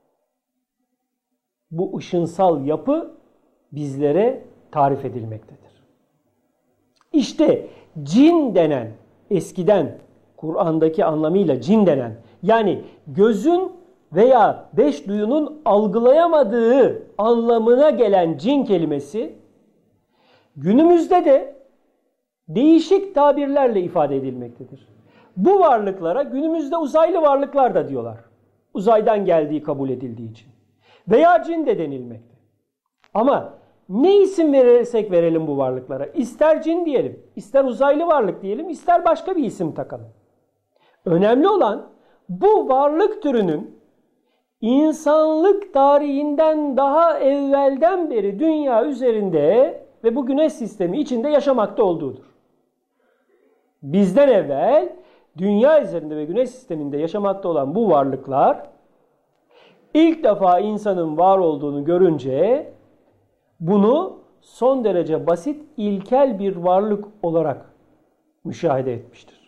bu ışınsal yapı bizlere tarif edilmektedir. İşte cin denen, eskiden Kur'an'daki anlamıyla cin denen, yani gözün veya beş duyunun algılayamadığı anlamına gelen cin kelimesi günümüzde de değişik tabirlerle ifade edilmektedir. Bu varlıklara günümüzde uzaylı varlıklar da diyorlar. Uzaydan geldiği kabul edildiği için. Veya cin de denilmekte. Ama ne isim verirsek verelim bu varlıklara. İster cin diyelim, ister uzaylı varlık diyelim, ister başka bir isim takalım. Önemli olan bu varlık türünün insanlık tarihinden daha evvelden beri dünya üzerinde ve bu güneş sistemi içinde yaşamakta olduğudur. Bizden evvel dünya üzerinde ve güneş sisteminde yaşamakta olan bu varlıklar ilk defa insanın var olduğunu görünce bunu son derece basit, ilkel bir varlık olarak müşahede etmiştir.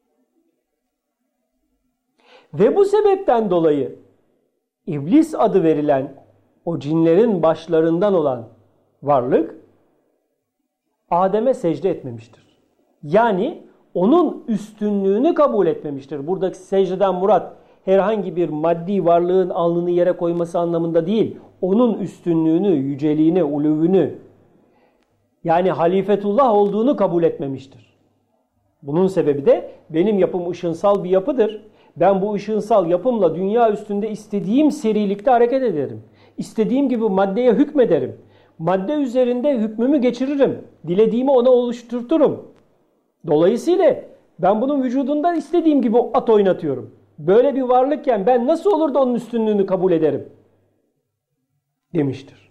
Ve bu sebepten dolayı İblis adı verilen o cinlerin başlarından olan varlık Adem'e secde etmemiştir. Yani onun üstünlüğünü kabul etmemiştir. Buradaki secdeden murat herhangi bir maddi varlığın alnını yere koyması anlamında değil. Onun üstünlüğünü, yüceliğini, uluvünü, yani halifetullah olduğunu kabul etmemiştir. Bunun sebebi de benim yapım ışınsal bir yapıdır. Ben bu ışınsal yapımla dünya üstünde istediğim serilikte hareket ederim. İstediğim gibi maddeye hükmederim. Madde üzerinde hükmümü geçiririm. Dilediğimi ona oluşturturum. Dolayısıyla ben bunun vücudunda istediğim gibi at oynatıyorum. Böyle bir varlıkken ben nasıl olur da onun üstünlüğünü kabul ederim? Demiştir.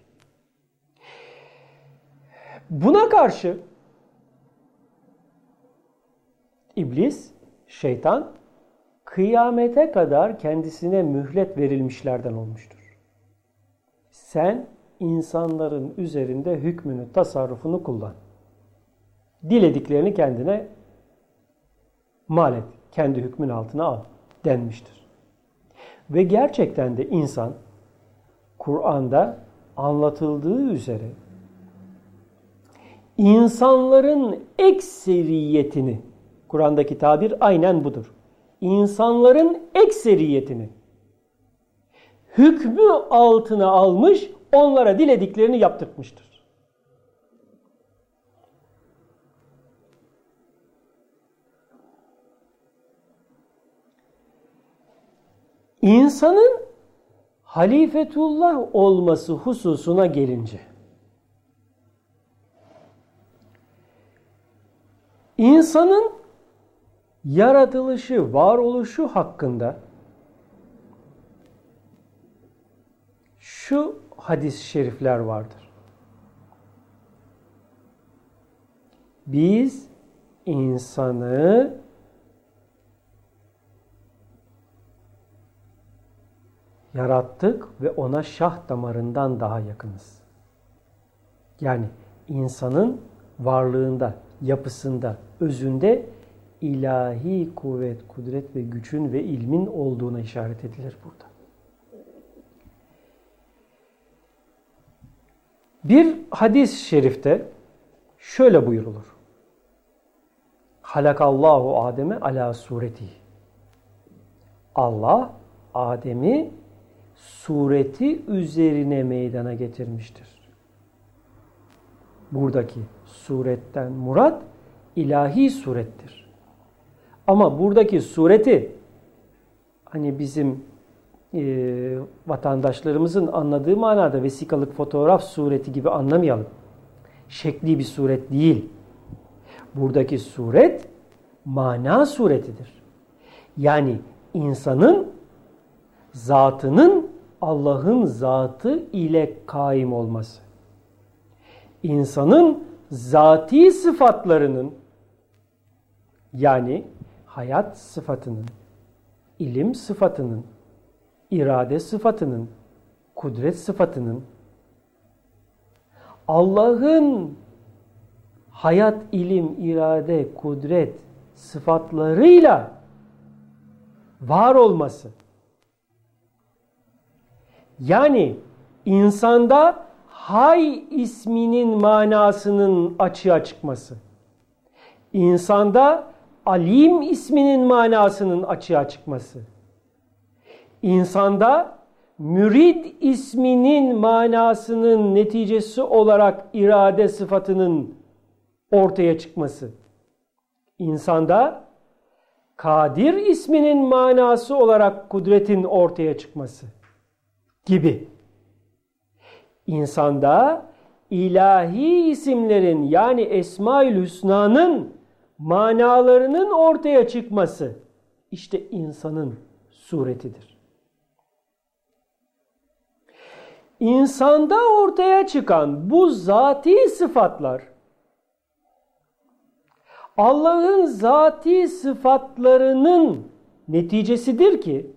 Buna karşı İblis, şeytan, kıyamete kadar kendisine mühlet verilmişlerden olmuştur. Sen insanların üzerinde hükmünü, tasarrufunu kullan. Dilediklerini kendine mal et, kendi hükmün altına al denmiştir. Ve gerçekten de insan Kur'an'da anlatıldığı üzere insanların ekseriyetini, Kur'an'daki tabir aynen budur. İnsanların ekseriyetini hükmü altına almış, onlara dilediklerini yaptırtmıştır. İnsanın halifetullah olması hususuna gelince, insanın yaratılışı, varoluşu hakkında şu hadis-i şerifler vardır. Biz insanı yarattık ve ona şah damarından daha yakınız. Yani insanın varlığında, yapısında, özünde ilahi kuvvet, kudret ve gücün ve ilmin olduğuna işaret edilir burada. Bir hadis-i şerifte şöyle buyurulur. Halakallahu Adem'e ala sureti. Allah Adem'i sureti üzerine meydana getirmiştir. Buradaki suretten murat ilahi surettir. Ama buradaki sureti hani bizim vatandaşlarımızın anladığı manada vesikalık fotoğraf sureti gibi anlamayalım. Şekli bir suret değil. Buradaki suret mana suretidir. Yani insanın zatının Allah'ın zatı ile kaim olması. İnsanın zati sıfatlarının yani hayat sıfatının, ilim sıfatının, irade sıfatının, kudret sıfatının Allah'ın hayat, ilim, irade, kudret sıfatlarıyla var olması. Yani insanda Hay isminin manasının açığa çıkması. İnsanda Alim isminin manasının açığa çıkması. İnsanda Mürid isminin manasının neticesi olarak irade sıfatının ortaya çıkması. İnsanda Kadir isminin manası olarak kudretin ortaya çıkması gibi. İnsanda ilahi isimlerin yani Esma-ül Hüsna'nın manalarının ortaya çıkması işte insanın suretidir. İnsanda ortaya çıkan bu zati sıfatlar Allah'ın zati sıfatlarının neticesidir ki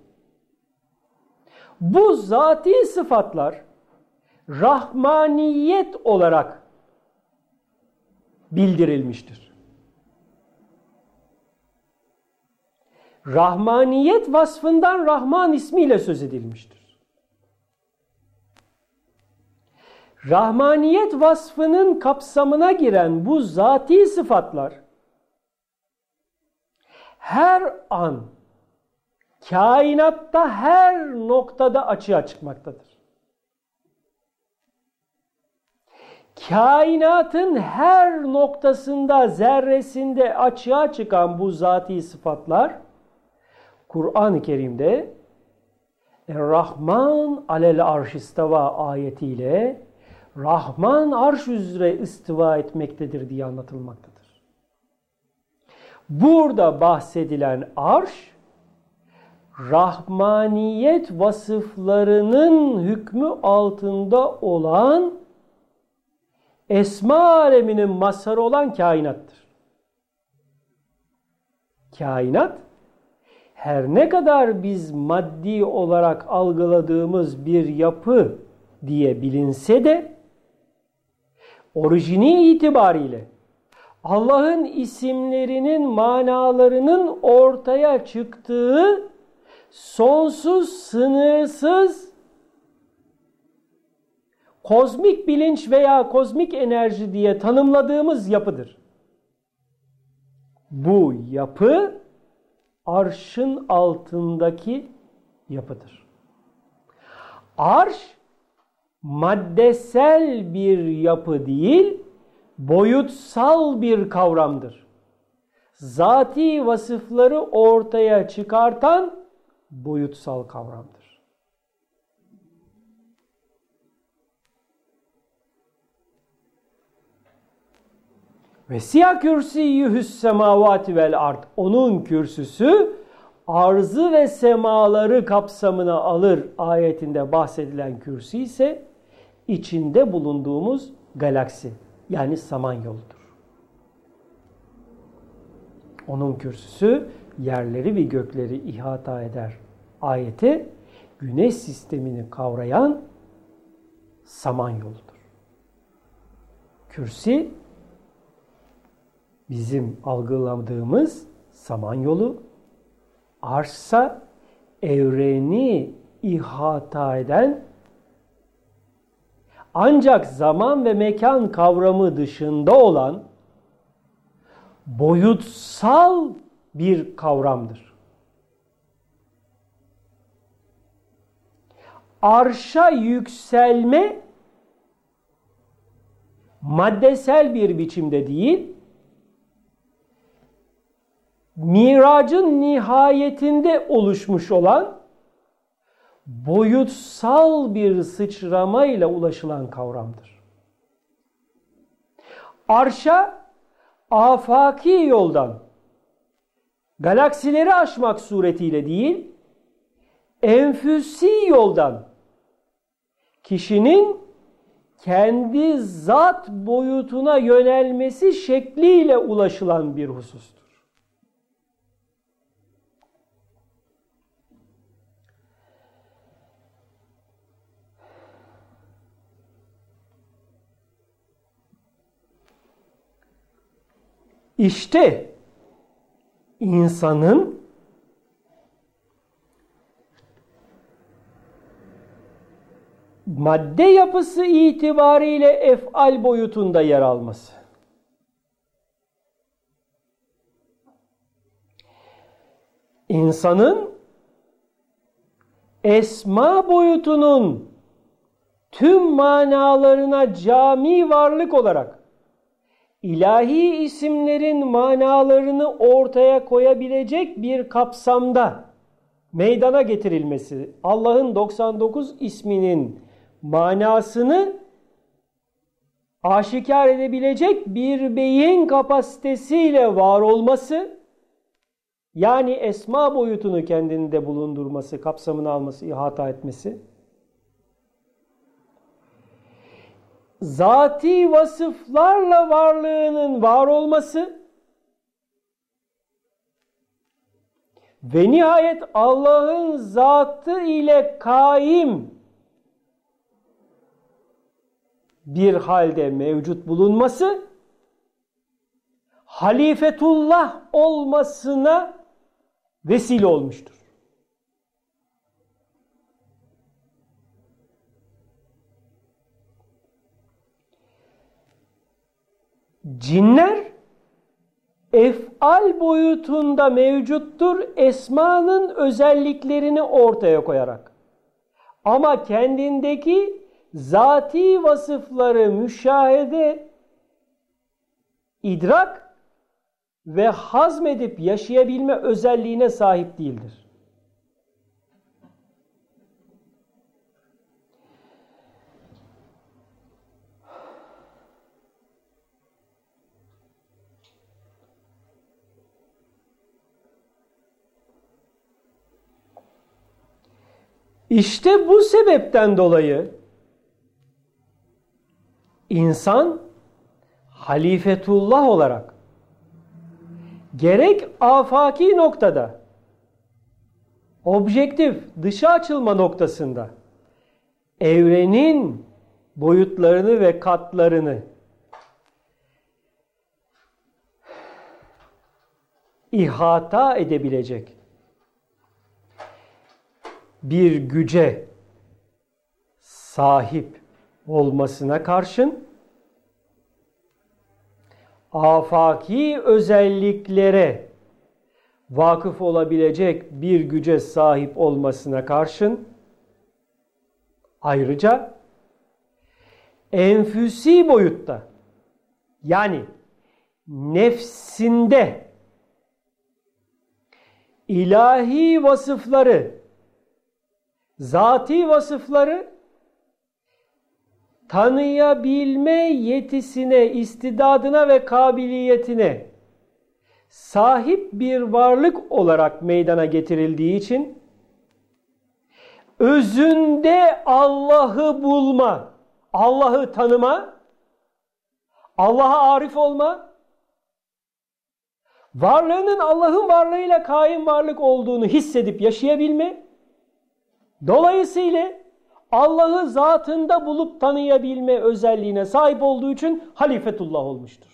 bu zati sıfatlar rahmaniyet olarak bildirilmiştir. Rahmaniyet vasfından Rahman ismiyle söz edilmiştir. Rahmaniyet vasfının kapsamına giren bu zati sıfatlar her an kainatta her noktada açığa çıkmaktadır. Kainatın her noktasında, zerresinde açığa çıkan bu zati sıfatlar Kur'an-ı Kerim'de Er-Rahman alel arşistava ayetiyle Rahman arş üzere istiva etmektedir diye anlatılmaktadır. Burada bahsedilen arş rahmaniyet vasıflarının hükmü altında olan esma aleminin mazharı olan kainattır. Kainat her ne kadar biz maddi olarak algıladığımız bir yapı diye bilinse de orijini itibariyle Allah'ın isimlerinin manalarının ortaya çıktığı sonsuz, sınırsız kozmik bilinç veya kozmik enerji diye tanımladığımız yapıdır. Bu yapı arşın altındaki yapıdır. Arş maddesel bir yapı değil, boyutsal bir kavramdır. Zati vasıfları ortaya çıkartan boyutsal kavramdır. Ve siyah kürsiyühü's semavati vel ard. Onun kürsüsü arzı ve semaları kapsamına alır ayetinde bahsedilen kürsü ise içinde bulunduğumuz galaksi yani Samanyolu'dur. Onun kürsüsü yerleri ve gökleri ihata eder ayeti Güneş sistemini kavrayan Samanyolu'dur. Kürsi bizim algıladığımız Samanyolu, arşsa evreni ihata eden ancak zaman ve mekan kavramı dışında olan boyutsal bir kavramdır. Arşa yükselme maddesel bir biçimde değil, miracın nihayetinde oluşmuş olan boyutsal bir sıçramayla ulaşılan kavramdır. Arşa afaki yoldan galaksileri aşmak suretiyle değil, enfüsi yoldan kişinin kendi zat boyutuna yönelmesi şekliyle ulaşılan bir husustur. İşte insanın madde yapısı itibariyle ef'al boyutunda yer alması. İnsanın esma boyutunun tüm manalarına cami varlık olarak ilahi isimlerin manalarını ortaya koyabilecek bir kapsamda meydana getirilmesi, Allah'ın 99 isminin manasını aşikar edebilecek bir beyin kapasitesiyle var olması, yani esma boyutunu kendinde bulundurması, kapsamını alması, ihata etmesi, zati vasıflarla varlığının var olması ve nihayet Allah'ın zatı ile kaim bir halde mevcut bulunması, halifetullah olmasına vesile olmuştur. Cinler ef'al boyutunda mevcuttur esmanın özelliklerini ortaya koyarak. Ama kendindeki zati vasıfları müşahede, idrak ve hazmedip yaşayabilme özelliğine sahip değildir. İşte bu sebepten dolayı insan halifetullah olarak gerek afaki noktada, objektif dışa açılma noktasında evrenin boyutlarını ve katlarını ihata edebilecek bir güce sahip olmasına karşın afaki özelliklere vakıf olabilecek bir güce sahip olmasına karşın ayrıca enfüsi boyutta, yani nefsinde ilahi vasıfları, zati vasıfları tanıyabilme yetisine, istidadına ve kabiliyetine sahip bir varlık olarak meydana getirildiği için özünde Allah'ı bulma, Allah'ı tanıma, Allah'a arif olma, varlığının Allah'ın varlığıyla kaim varlık olduğunu hissedip yaşayabilme, dolayısıyla Allah'ı zatında bulup tanıyabilme özelliğine sahip olduğu için halifetullah olmuştur.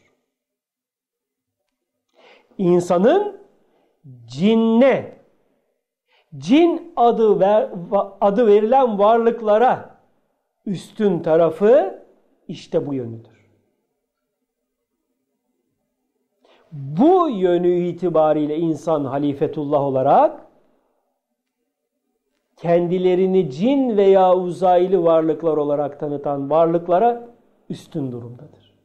İnsanın cinne, cin adı verilen varlıklara üstün tarafı işte bu yönüdür. Bu yönü itibariyle insan halifetullah olarak kendilerini cin veya uzaylı varlıklar olarak tanıtan varlıklara üstün durumdadır.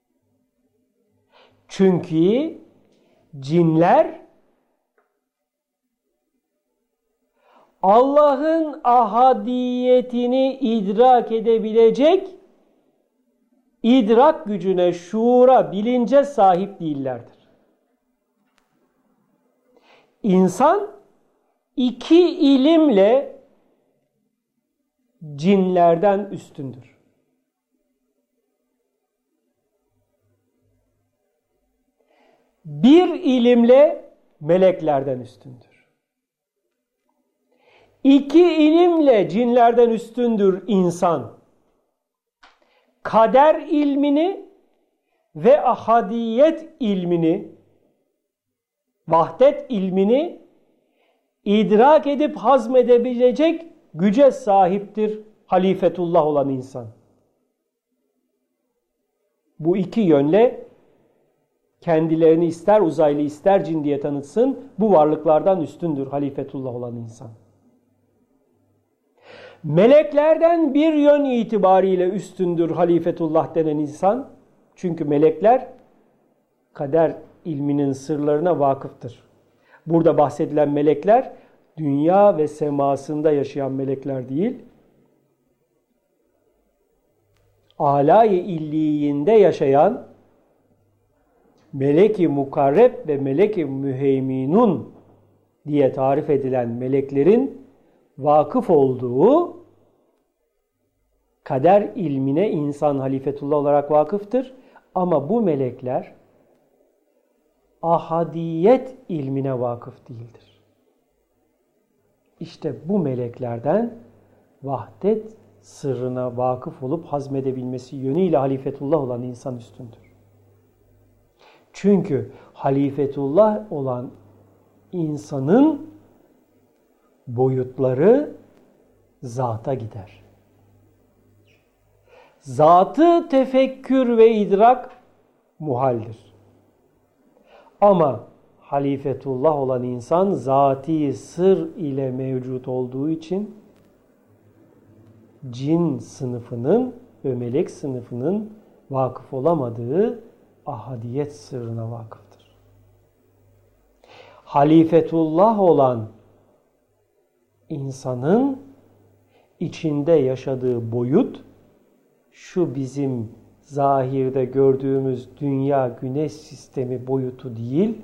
Çünkü cinler Allah'ın ahadiyetini idrak edebilecek idrak gücüne, şuura, bilince sahip değillerdir. İnsan iki ilimle cinlerden üstündür. Bir ilimle meleklerden üstündür. İki ilimle cinlerden üstündür insan. Kader ilmini ve ahadiyet ilmini, vahdet ilmini idrak edip hazmedebilecek güce sahiptir halifetullah olan insan. Bu iki yönle kendilerini ister uzaylı ister cin diye tanıtsın, bu varlıklardan üstündür halifetullah olan insan. Meleklerden bir yön itibariyle üstündür halifetullah denen insan. Çünkü melekler kader ilminin sırlarına vakıftır. Burada bahsedilen melekler dünya ve semasında yaşayan melekler değil, âlâ-i illiyinde yaşayan melek-i mukarreb ve melek-i müheyminun diye tarif edilen meleklerin vakıf olduğu kader ilmine insan halifetullah olarak vakıftır. Ama bu melekler ahadiyet ilmine vakıf değildir. İşte bu meleklerden vahdet sırrına vakıf olup hazmedebilmesi yönüyle halifetullah olan insan üstündür. Çünkü halifetullah olan insanın boyutları zata gider. Zatı tefekkür ve idrak muhaldir. Ama halifetullah olan insan zati sır ile mevcut olduğu için cin sınıfının ve melek sınıfının vakıf olamadığı ahadiyet sırrına vakıftır. Halifetullah olan insanın içinde yaşadığı boyut şu bizim zahirde gördüğümüz dünya güneş sistemi boyutu değil,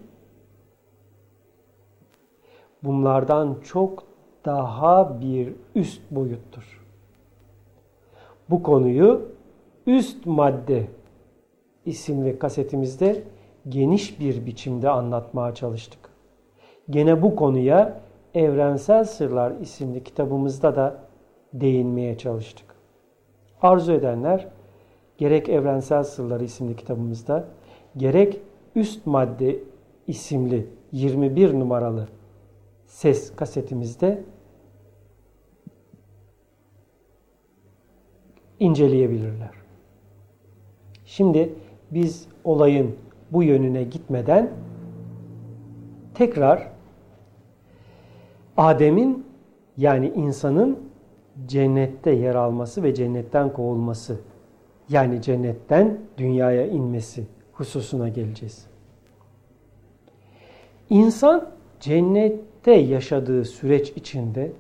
bunlardan çok daha bir üst boyuttur. Bu konuyu Üst Madde isimli kasetimizde geniş bir biçimde anlatmaya çalıştık. Gene bu konuya Evrensel Sırlar isimli kitabımızda da değinmeye çalıştık. Arzu edenler gerek Evrensel Sırlar isimli kitabımızda gerek Üst Madde isimli 21 numaralı ses kasetimizde inceleyebilirler. Şimdi biz olayın bu yönüne gitmeden tekrar Adem'in, yani insanın cennette yer alması ve cennetten kovulması, yani cennetten dünyaya inmesi hususuna geleceğiz. İnsan cennette yaşadığı süreç içinde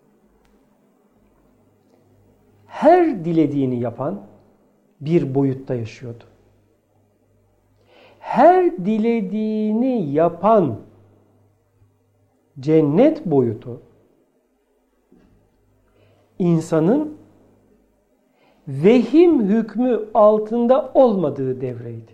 her dilediğini yapan bir boyutta yaşıyordu. Her dilediğini yapan cennet boyutu insanın vehim hükmü altında olmadığı devreydi.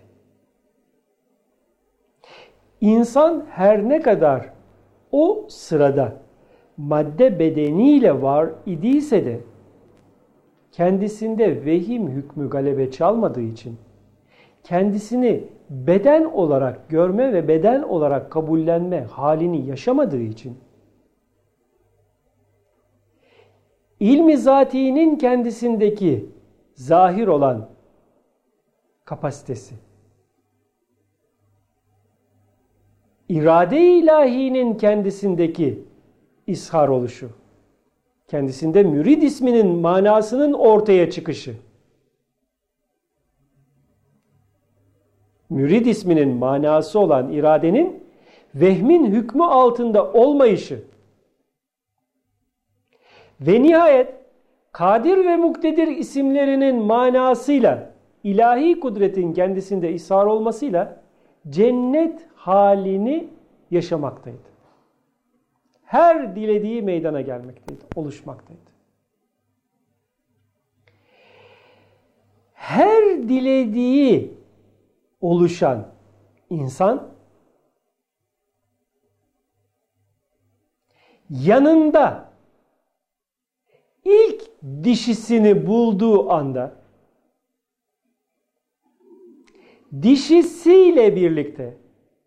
İnsan her ne kadar o sırada madde bedeniyle var idiyse de kendisinde vehim hükmü galebe çalmadığı için kendisini beden olarak görme ve beden olarak kabullenme halini yaşamadığı için ilmi zatînin kendisindeki zahir olan kapasitesi, irade-i ilahinin kendisindeki ishar oluşu, kendisinde mürid isminin manasının ortaya çıkışı, mürid isminin manası olan iradenin vehmin hükmü altında olmayışı ve nihayet Kadir ve Muktedir isimlerinin manasıyla ilahi kudretin kendisinde ishar olmasıyla cennet halini yaşamaktaydı. Her dilediği meydana gelmekteydi, oluşmaktaydı. Her dilediği oluşan insan yanında ilk dişisini bulduğu anda dişisiyle birlikte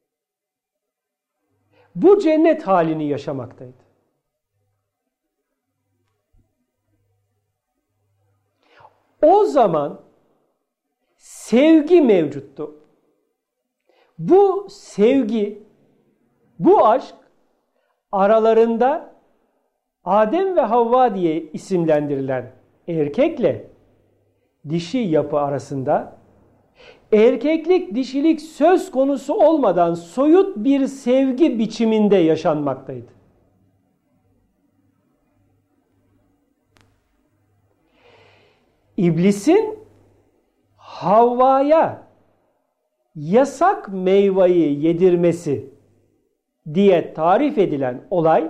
bu cennet halini yaşamaktaydı. O zaman sevgi mevcuttu. Bu sevgi, bu aşk aralarında Adem ve Havva diye isimlendirilen erkekle dişi yapı arasında erkeklik, dişilik söz konusu olmadan soyut bir sevgi biçiminde yaşanmaktaydı. İblisin Havva'ya yasak meyveyi yedirmesi diye tarif edilen olay,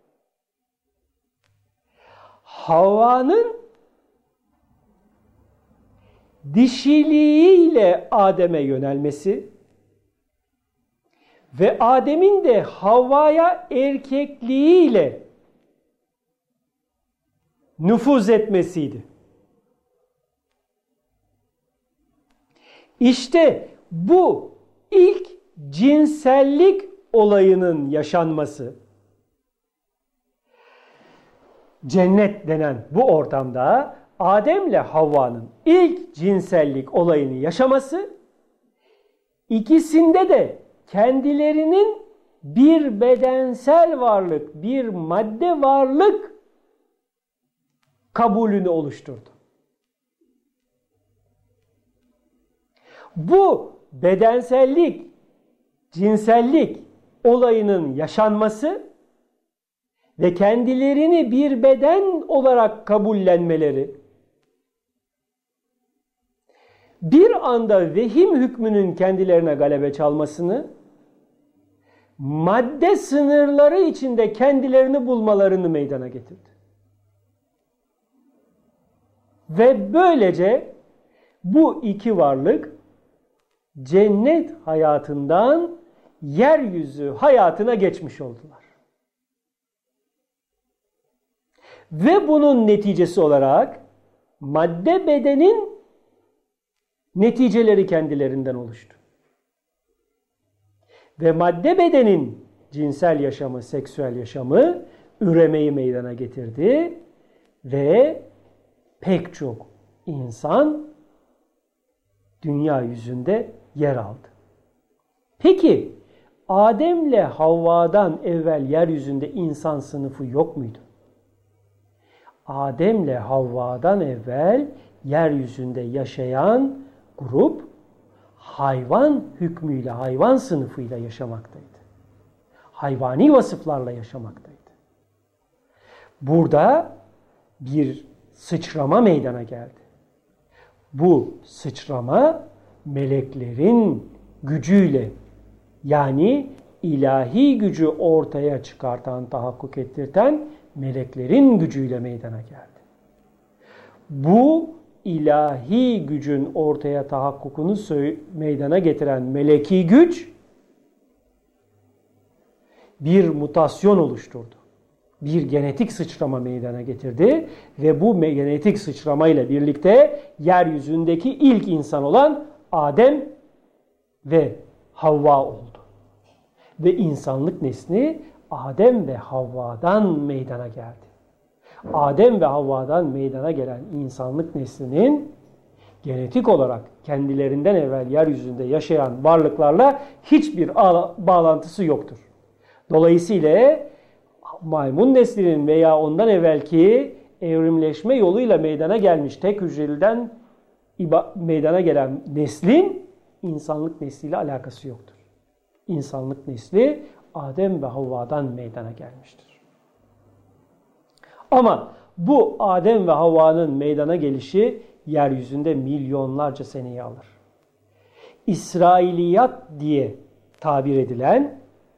Havva'nın dişiliğiyle Adem'e yönelmesi ve Adem'in de Havva'ya erkekliğiyle nüfuz etmesiydi. İşte bu ilk cinsellik olayının yaşanması, cennet denen bu ortamda Adem'le Havva'nın ilk cinsellik olayını yaşaması, ikisinde de kendilerinin bir bedensel varlık, bir madde varlık kabulünü oluşturdu. Bu bedensellik, cinsellik olayının yaşanması ve kendilerini bir beden olarak kabullenmeleri, bir anda vehim hükmünün kendilerine galebe çalmasını, madde sınırları içinde kendilerini bulmalarını meydana getirdi. Ve böylece bu iki varlık cennet hayatından yeryüzü hayatına geçmiş oldular. Ve bunun neticesi olarak madde bedenin neticeleri kendilerinden oluştu. ve madde bedenin cinsel yaşamı, seksüel yaşamı üremeyi meydana getirdi ve pek çok insan dünya yüzünde yer aldı. Peki Adem'le Havva'dan evvel yeryüzünde insan sınıfı yok muydu? Adem'le Havva'dan evvel yeryüzünde yaşayan grup hayvan hükmüyle, hayvan sınıfıyla yaşamaktaydı. Hayvani vasıflarla yaşamaktaydı. Burada bir sıçrama meydana geldi. Bu sıçrama meleklerin gücüyle, yani ilahi gücü ortaya çıkartan, tahakkuk ettirten meleklerin gücüyle meydana geldi. Bu ilahi gücün ortaya tahakkukunu meydana getiren meleki güç bir mutasyon oluşturdu. Bir genetik sıçrama meydana getirdi ve bu genetik sıçramayla birlikte yeryüzündeki ilk insan olan Adem ve Havva oldu. Ve insanlık nesli Adem ve Havva'dan meydana geldi. Adem ve Havva'dan meydana gelen insanlık neslinin genetik olarak kendilerinden evvel yeryüzünde yaşayan varlıklarla hiçbir bağlantısı yoktur. Dolayısıyla maymun neslinin veya ondan evvelki evrimleşme yoluyla meydana gelmiş tek hücreliden meydana gelen neslin insanlık nesliyle alakası yoktur. İnsanlık nesli Adem ve Havva'dan meydana gelmiştir. Ama bu Adem ve Havva'nın meydana gelişi yeryüzünde milyonlarca seneyi alır. İsrailiyat diye tabir edilen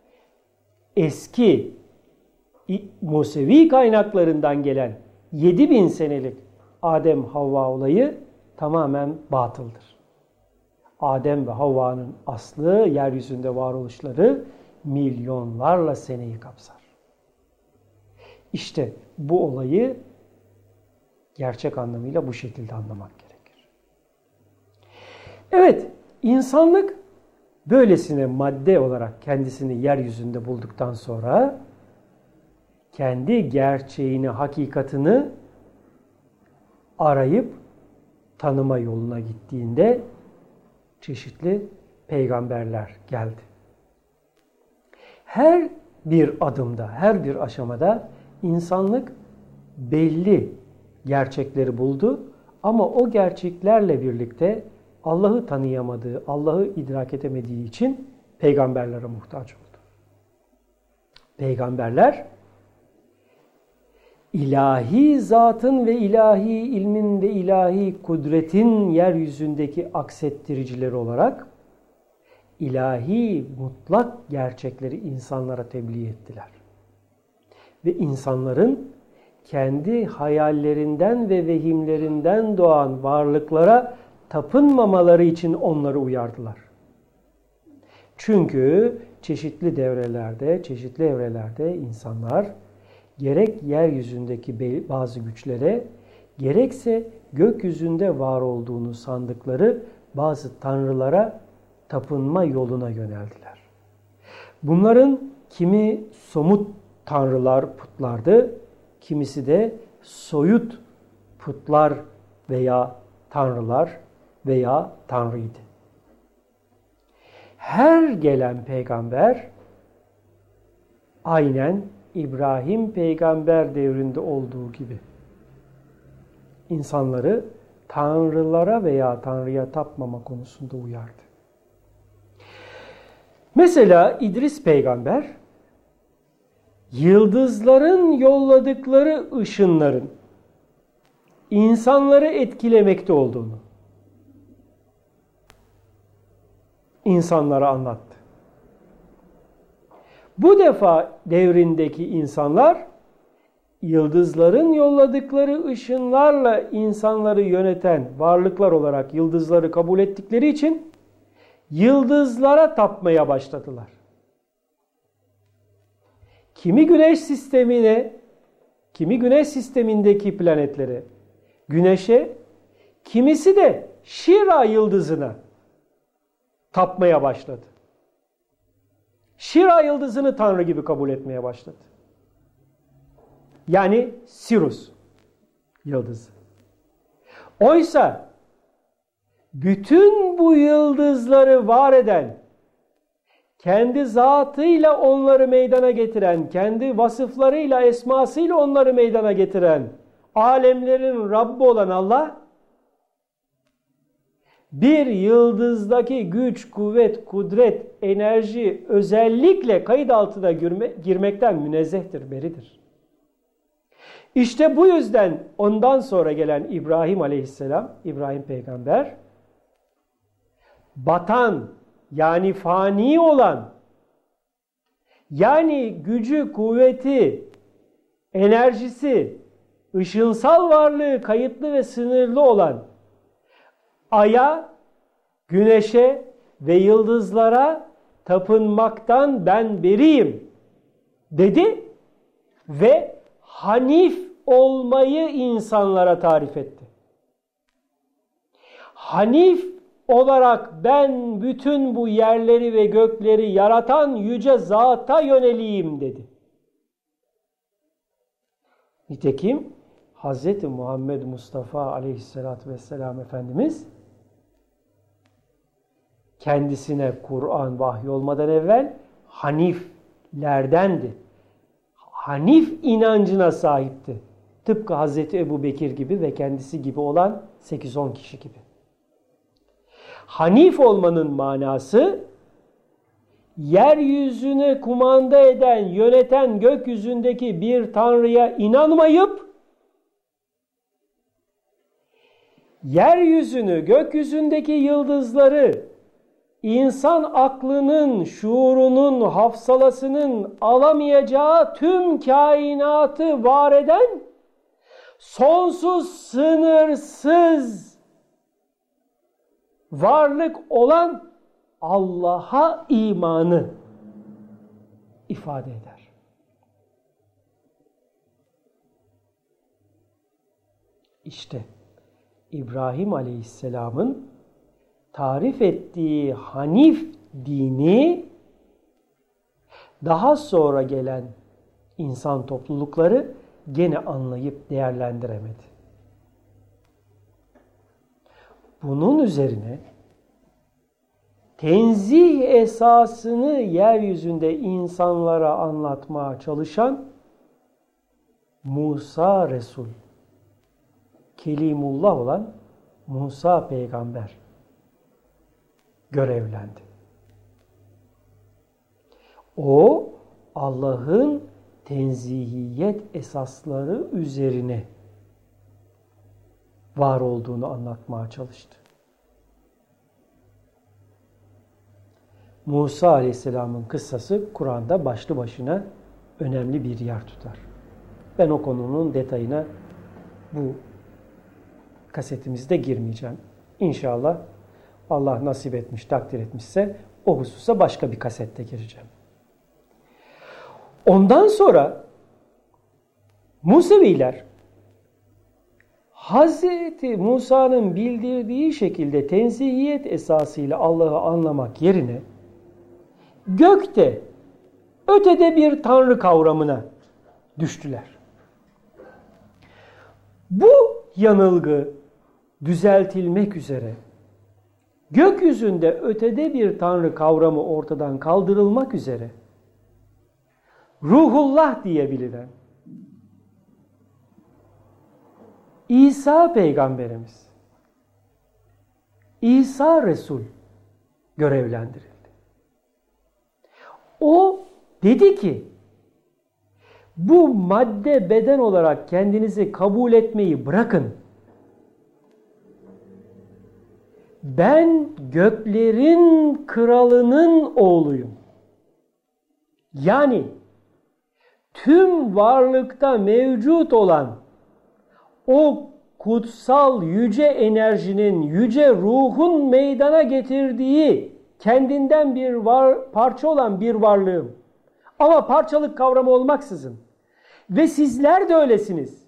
eski Musevi kaynaklarından gelen 7000 senelik Adem-Havva olayı tamamen batıldır. Adem ve Havva'nın aslı, yeryüzünde varoluşları milyonlarla seneyi kapsar. İşte bu olayı gerçek anlamıyla bu şekilde anlamak gerekir. Evet, insanlık böylesine madde olarak kendisini yeryüzünde bulduktan sonra kendi gerçeğini, hakikatini arayıp tanıma yoluna gittiğinde çeşitli peygamberler geldi. Her bir adımda, her bir aşamada insanlık belli gerçekleri buldu ama o gerçeklerle birlikte Allah'ı tanıyamadığı, Allah'ı idrak edemediği için peygamberlere muhtaç oldu. Peygamberler ilahi zatın ve ilahi ilmin ve ilahi kudretin yeryüzündeki aksettiricileri olarak ilahi mutlak gerçekleri insanlara tebliğ ettiler. Ve insanların kendi hayallerinden ve vehimlerinden doğan varlıklara tapınmamaları için onları uyardılar. Çünkü çeşitli devrelerde, çeşitli evrelerde insanlar gerek yeryüzündeki bazı güçlere, gerekse gökyüzünde var olduğunu sandıkları bazı tanrılara tapınma yoluna yöneldiler. Bunların kimi somut tanrılar, putlardı, kimisi de soyut putlar veya tanrılar veya tanrıydı. Her gelen peygamber aynen İbrahim peygamber devrinde olduğu gibi insanları tanrılara veya tanrıya tapmama konusunda uyardı. Mesela İdris peygamber yıldızların yolladıkları ışınların insanları etkilemekte olduğunu insanlara anlattı. Bu defa devrindeki insanlar yıldızların yolladıkları ışınlarla insanları yöneten varlıklar olarak yıldızları kabul ettikleri için yıldızlara tapmaya başladılar. Kimi güneş sistemine, kimi güneş sistemindeki planetlere, güneşe, kimisi de Şira yıldızına tapmaya başladı. Şira yıldızını tanrı gibi kabul etmeye başladı. Yani Sirius yıldızı. Oysa bütün bu yıldızları var eden, kendi zatıyla onları meydana getiren, kendi vasıflarıyla, esmasıyla onları meydana getiren, alemlerin Rabbi olan Allah, bir yıldızdaki güç, kuvvet, kudret, enerji özellikle kayıt altına girmekten münezzehtir, beridir. İşte bu yüzden ondan sonra gelen İbrahim Aleyhisselam, İbrahim Peygamber, batan, yani fani olan, yani gücü, kuvveti, enerjisi, ışınsal varlığı kayıtlı ve sınırlı olan aya, güneşe ve yıldızlara tapınmaktan ben beriyim dedi ve Hanif olmayı insanlara tarif etti. Hanif olarak ben bütün bu yerleri ve gökleri yaratan yüce zata yöneleyim dedi. Nitekim Hz. Muhammed Mustafa Aleyhisselatü Vesselam Efendimiz kendisine Kur'an vahyolmadan evvel Haniflerdendi. Hanif inancına sahipti. Tıpkı Hazreti Ebu Bekir gibi ve kendisi gibi olan 8-10 kişi gibi. Hanif olmanın manası, yeryüzünü kumanda eden, yöneten gökyüzündeki bir tanrıya inanmayıp, yeryüzünü, gökyüzündeki yıldızları, insan aklının, şuurunun, hafsalasının alamayacağı tüm kainatı var eden, sonsuz, sınırsız varlık olan Allah'a imanı ifade eder. İşte İbrahim Aleyhisselam'ın tarif ettiği Hanif dini daha sonra gelen insan toplulukları gene anlayıp değerlendiremedi. Bunun üzerine tenzih esasını yeryüzünde insanlara anlatmaya çalışan Musa Resul, Kelimullah olan Musa Peygamber görevlendi. O Allah'ın tenzihiyet esasları üzerine var olduğunu anlatmaya çalıştı. Musa Aleyhisselam'ın kıssası Kur'an'da başlı başına önemli bir yer tutar. Ben o konunun detayına bu kasetimizde girmeyeceğim. İnşallah Allah nasip etmiş, takdir etmişse o hususa başka bir kasette gireceğim. Ondan sonra Museviler Hz. Musa'nın bildirdiği şekilde tenzihiyet esasıyla Allah'ı anlamak yerine gökte, ötede bir tanrı kavramına düştüler. Bu yanılgı düzeltilmek üzere gökyüzünde ötede bir tanrı kavramı ortadan kaldırılmak üzere Ruhullah diye bilinen İsa Peygamberimiz, İsa Resul görevlendirildi. O dedi ki, bu madde beden olarak kendinizi kabul etmeyi bırakın. Ben göklerin kralının oğluyum. Yani tüm varlıkta mevcut olan o kutsal yüce enerjinin, yüce ruhun meydana getirdiği kendinden bir parça olan bir varlığım. Ama parçalık kavramı olmaksızın. Ve sizler de öylesiniz.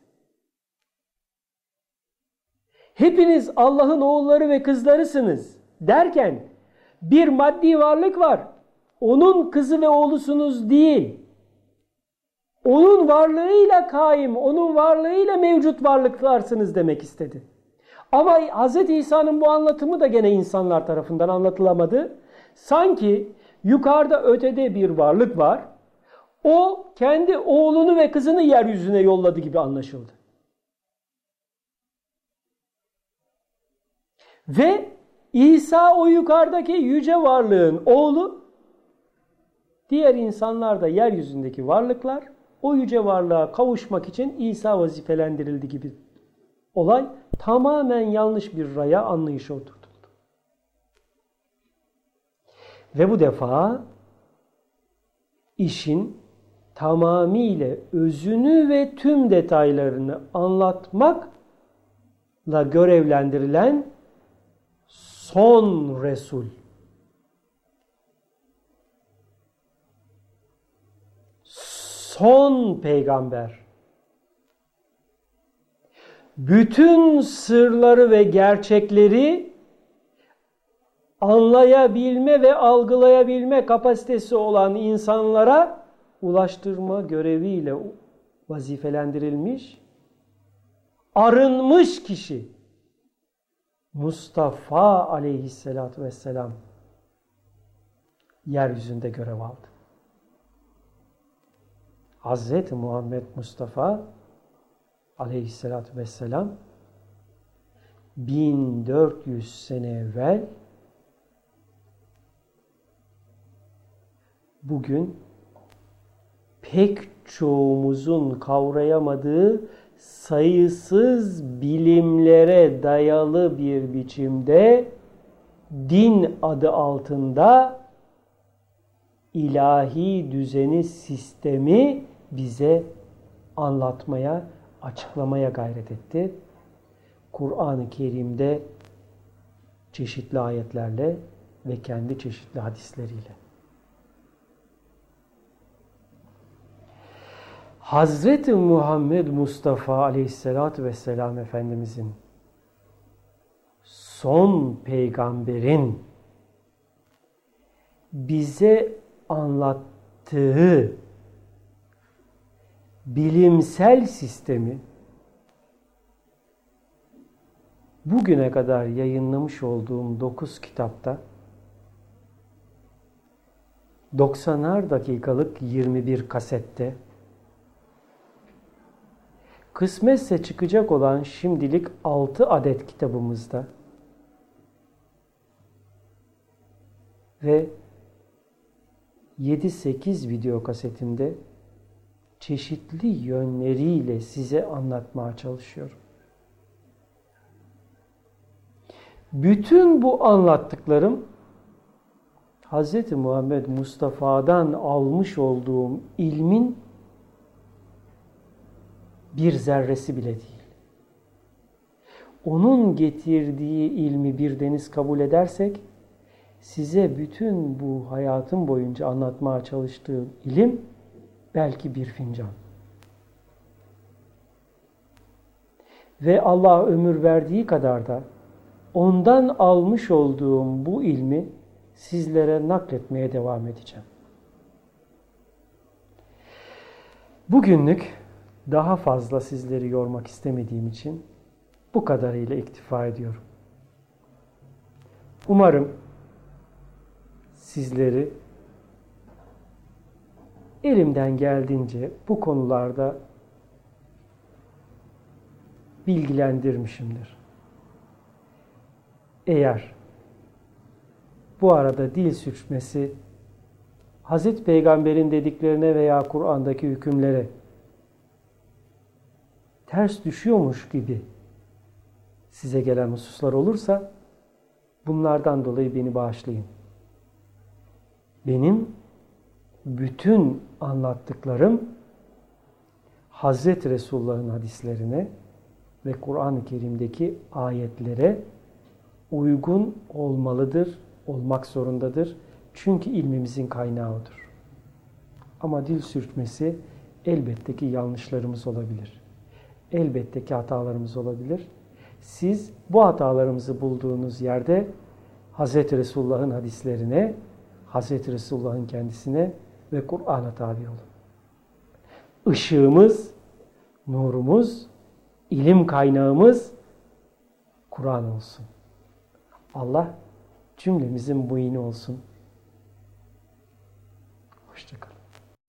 Hepiniz Allah'ın oğulları ve kızlarısınız derken bir maddi varlık var. onun kızı ve oğlusunuz değil. Onun varlığıyla kaim, onun varlığıyla mevcut varlıklarsınız demek istedi. Ama Hz. İsa'nın bu anlatımı da gene insanlar tarafından anlatılamadı. Sanki yukarıda ötede bir varlık var. O kendi oğlunu ve kızını yeryüzüne yolladı gibi anlaşıldı. Ve İsa o yukarıdaki yüce varlığın oğlu, diğer insanlar da yeryüzündeki varlıklar, o yüce varlığa kavuşmak için İsa vazifelendirildi gibi olay tamamen yanlış bir raya, anlayışa oturtuldu. Ve bu defa işin tamamıyla özünü ve tüm detaylarını anlatmakla görevlendirilen son Resul, son peygamber, bütün sırları ve gerçekleri anlayabilme ve algılayabilme kapasitesi olan insanlara ulaştırma göreviyle vazifelendirilmiş, arınmış kişi Mustafa aleyhissalatü vesselam yeryüzünde görev aldı. Hz. Muhammed Mustafa aleyhissalatü vesselam 1400 sene evvel bugün pek çoğumuzun kavrayamadığı sayısız bilimlere dayalı bir biçimde din adı altında ilahi düzeni, sistemi bize anlatmaya, açıklamaya gayret etti. Kur'an-ı Kerim'de çeşitli ayetlerle ve kendi çeşitli hadisleriyle. Hazreti Muhammed Mustafa Aleyhisselatü Vesselam Efendimizin, son peygamberin bize anlattığı bilimsel sistemi bugüne kadar yayınlamış olduğum 9 kitapta 90'ar dakikalık 21 kasette, kısmetse çıkacak olan şimdilik 6 adet kitabımızda ve 7-8 video kasetimde çeşitli yönleriyle size anlatmaya çalışıyorum. Bütün bu anlattıklarım Hz. Muhammed Mustafa'dan almış olduğum ilmin bir zerresi bile değil. Onun getirdiği ilmi bir deniz kabul edersek, size bütün bu hayatım boyunca anlatmaya çalıştığım ilim belki bir fincan. Ve Allah ömür verdiği kadar da ondan almış olduğum bu ilmi sizlere nakletmeye devam edeceğim. Bugünlük daha fazla sizleri yormak istemediğim için bu kadarıyla iktifa ediyorum. Umarım sizleri elimden geldiğince bu konularda bilgilendirmişimdir. Eğer bu arada dil sürçmesi Hazreti Peygamber'in dediklerine veya Kur'an'daki hükümlere ters düşüyormuş gibi size gelen hususlar olursa bunlardan dolayı beni bağışlayın. Benim bütün anlattıklarım Hazreti Resulullah'ın hadislerine ve Kur'an-ı Kerim'deki ayetlere uygun olmalıdır, olmak zorundadır. Çünkü ilmimizin kaynağı odur. Ama dil sürçmesi elbette ki yanlışlarımız olabilir. Elbette ki hatalarımız olabilir. Siz bu hatalarımızı bulduğunuz yerde Hz. Resulullah'ın hadislerine, Hazreti Resulullah'ın kendisine ve Kur'an'a tabi olun. Işığımız, nurumuz, ilim kaynağımız Kur'an olsun. Allah cümlemizin muini olsun.